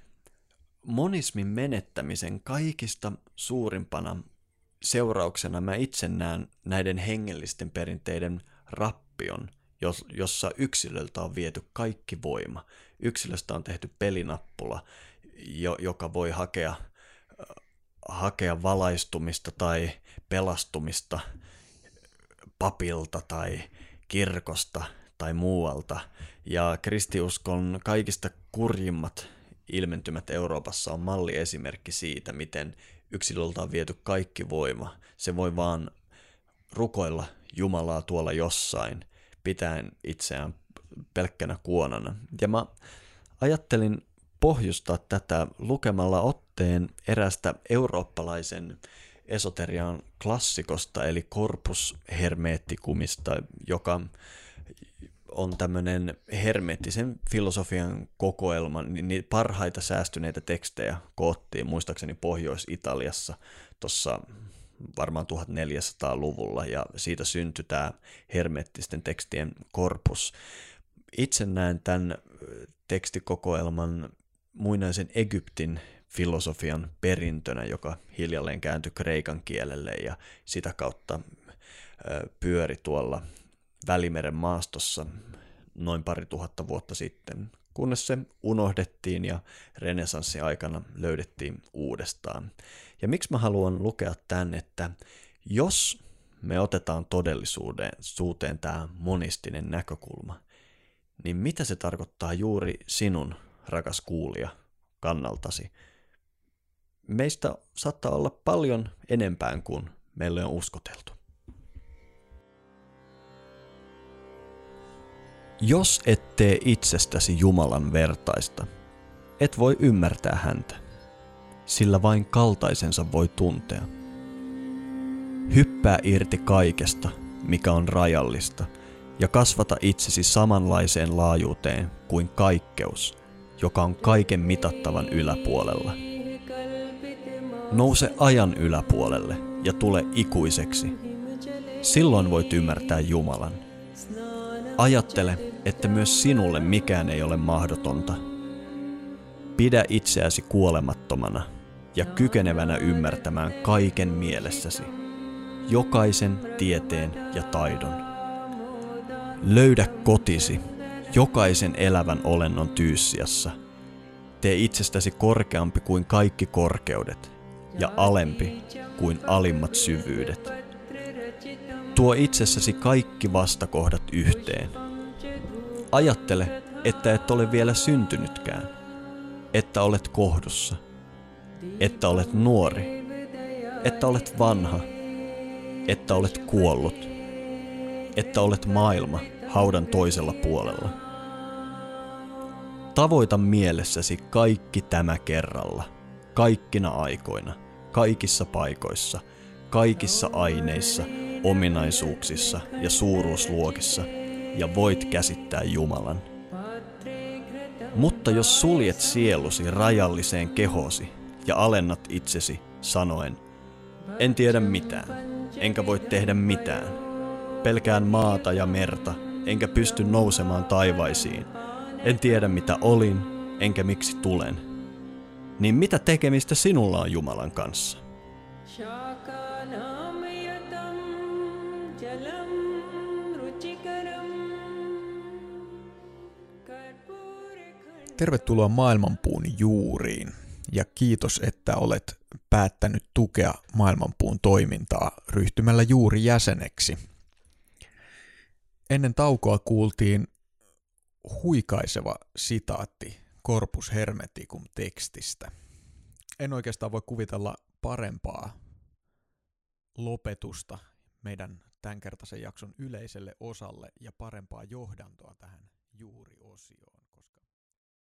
monismin menettämisen kaikista suurimpana seurauksena mä itse näen näiden hengellisten perinteiden rappion, jossa yksilöltä on viety kaikki voima. Yksilöstä on tehty pelinappula, joka voi hakea, hakea valaistumista tai pelastumista papilta tai kirkosta tai muualta. Ja kristiuskon kaikista kurjimmat ilmentymät Euroopassa on malliesimerkki siitä, miten yksilöltä on viety kaikki voima. Se voi vaan rukoilla Jumalaa tuolla jossain, pitäen itseään pelkkänä kuonana. Ja mä ajattelin pohjustaa tätä lukemalla otteen erästä eurooppalaisen esoterian klassikosta, eli Corpus Hermeticumista, joka on tämmöinen hermeettisen filosofian kokoelma, niin parhaita säästyneitä tekstejä koottiin muistaakseni Pohjois-Italiassa tuossa varmaan tuhatneljäsataaluvulla, ja siitä syntyi tämä hermeettisten tekstien korpus. Itse näen tämän tekstikokoelman muinaisen Egyptin filosofian perintönä, joka hiljalleen kääntyi kreikan kielelle ja sitä kautta pyöri tuolla Välimeren maastossa noin pari tuhatta vuotta sitten, kunnes se unohdettiin ja renessanssin aikana löydettiin uudestaan. Ja miksi mä haluan lukea tämän, että jos me otetaan todellisuuteen tämä monistinen näkökulma, niin mitä se tarkoittaa juuri sinun, rakas kuulija, kannaltasi? Meistä saattaa olla paljon enempään kuin meille on uskoteltu. Jos et tee itsestäsi Jumalan vertaista, et voi ymmärtää häntä, sillä vain kaltaisensa voi tuntea. Hyppää irti kaikesta, mikä on rajallista, ja kasvata itsesi samanlaiseen laajuuteen kuin kaikkeus, joka on kaiken mitattavan yläpuolella. Nouse ajan yläpuolelle ja tule ikuiseksi. Silloin voit ymmärtää Jumalan. Ajattele, että myös sinulle mikään ei ole mahdotonta. Pidä itseäsi kuolemattomana ja kykenevänä ymmärtämään kaiken mielessäsi, jokaisen tieteen ja taidon. Löydä kotisi jokaisen elävän olennon Tyyssiassa. Tee itsestäsi korkeampi kuin kaikki korkeudet ja alempi kuin alimmat syvyydet. Tuo itsessäsi kaikki vastakohdat yhteen. Ajattele, että et ole vielä syntynytkään, että olet kohdussa, että olet nuori, että olet vanha, että olet kuollut, että olet maailma haudan toisella puolella. Tavoita mielessäsi kaikki tämä kerralla, kaikkina aikoina, kaikissa paikoissa, kaikissa aineissa, ominaisuuksissa ja suuruusluokissa, ja voit käsittää Jumalan. Mutta jos suljet sielusi rajalliseen kehosi ja alennat itsesi sanoen, en tiedä mitään, enkä voi tehdä mitään, pelkään maata ja merta, enkä pysty nousemaan taivaisiin, en tiedä mitä olin, enkä miksi tulen, niin mitä tekemistä sinulla on Jumalan kanssa? Tervetuloa Maailmanpuun juuriin ja kiitos, että olet päättänyt tukea Maailmanpuun toimintaa ryhtymällä juurijäseneksi. Ennen taukoa kuultiin huikaiseva sitaatti Corpus Hermeticum tekstistä. En oikeastaan voi kuvitella parempaa lopetusta meidän tämänkertaisen jakson yleiselle osalle ja parempaa johdantoa tähän juuriosioon.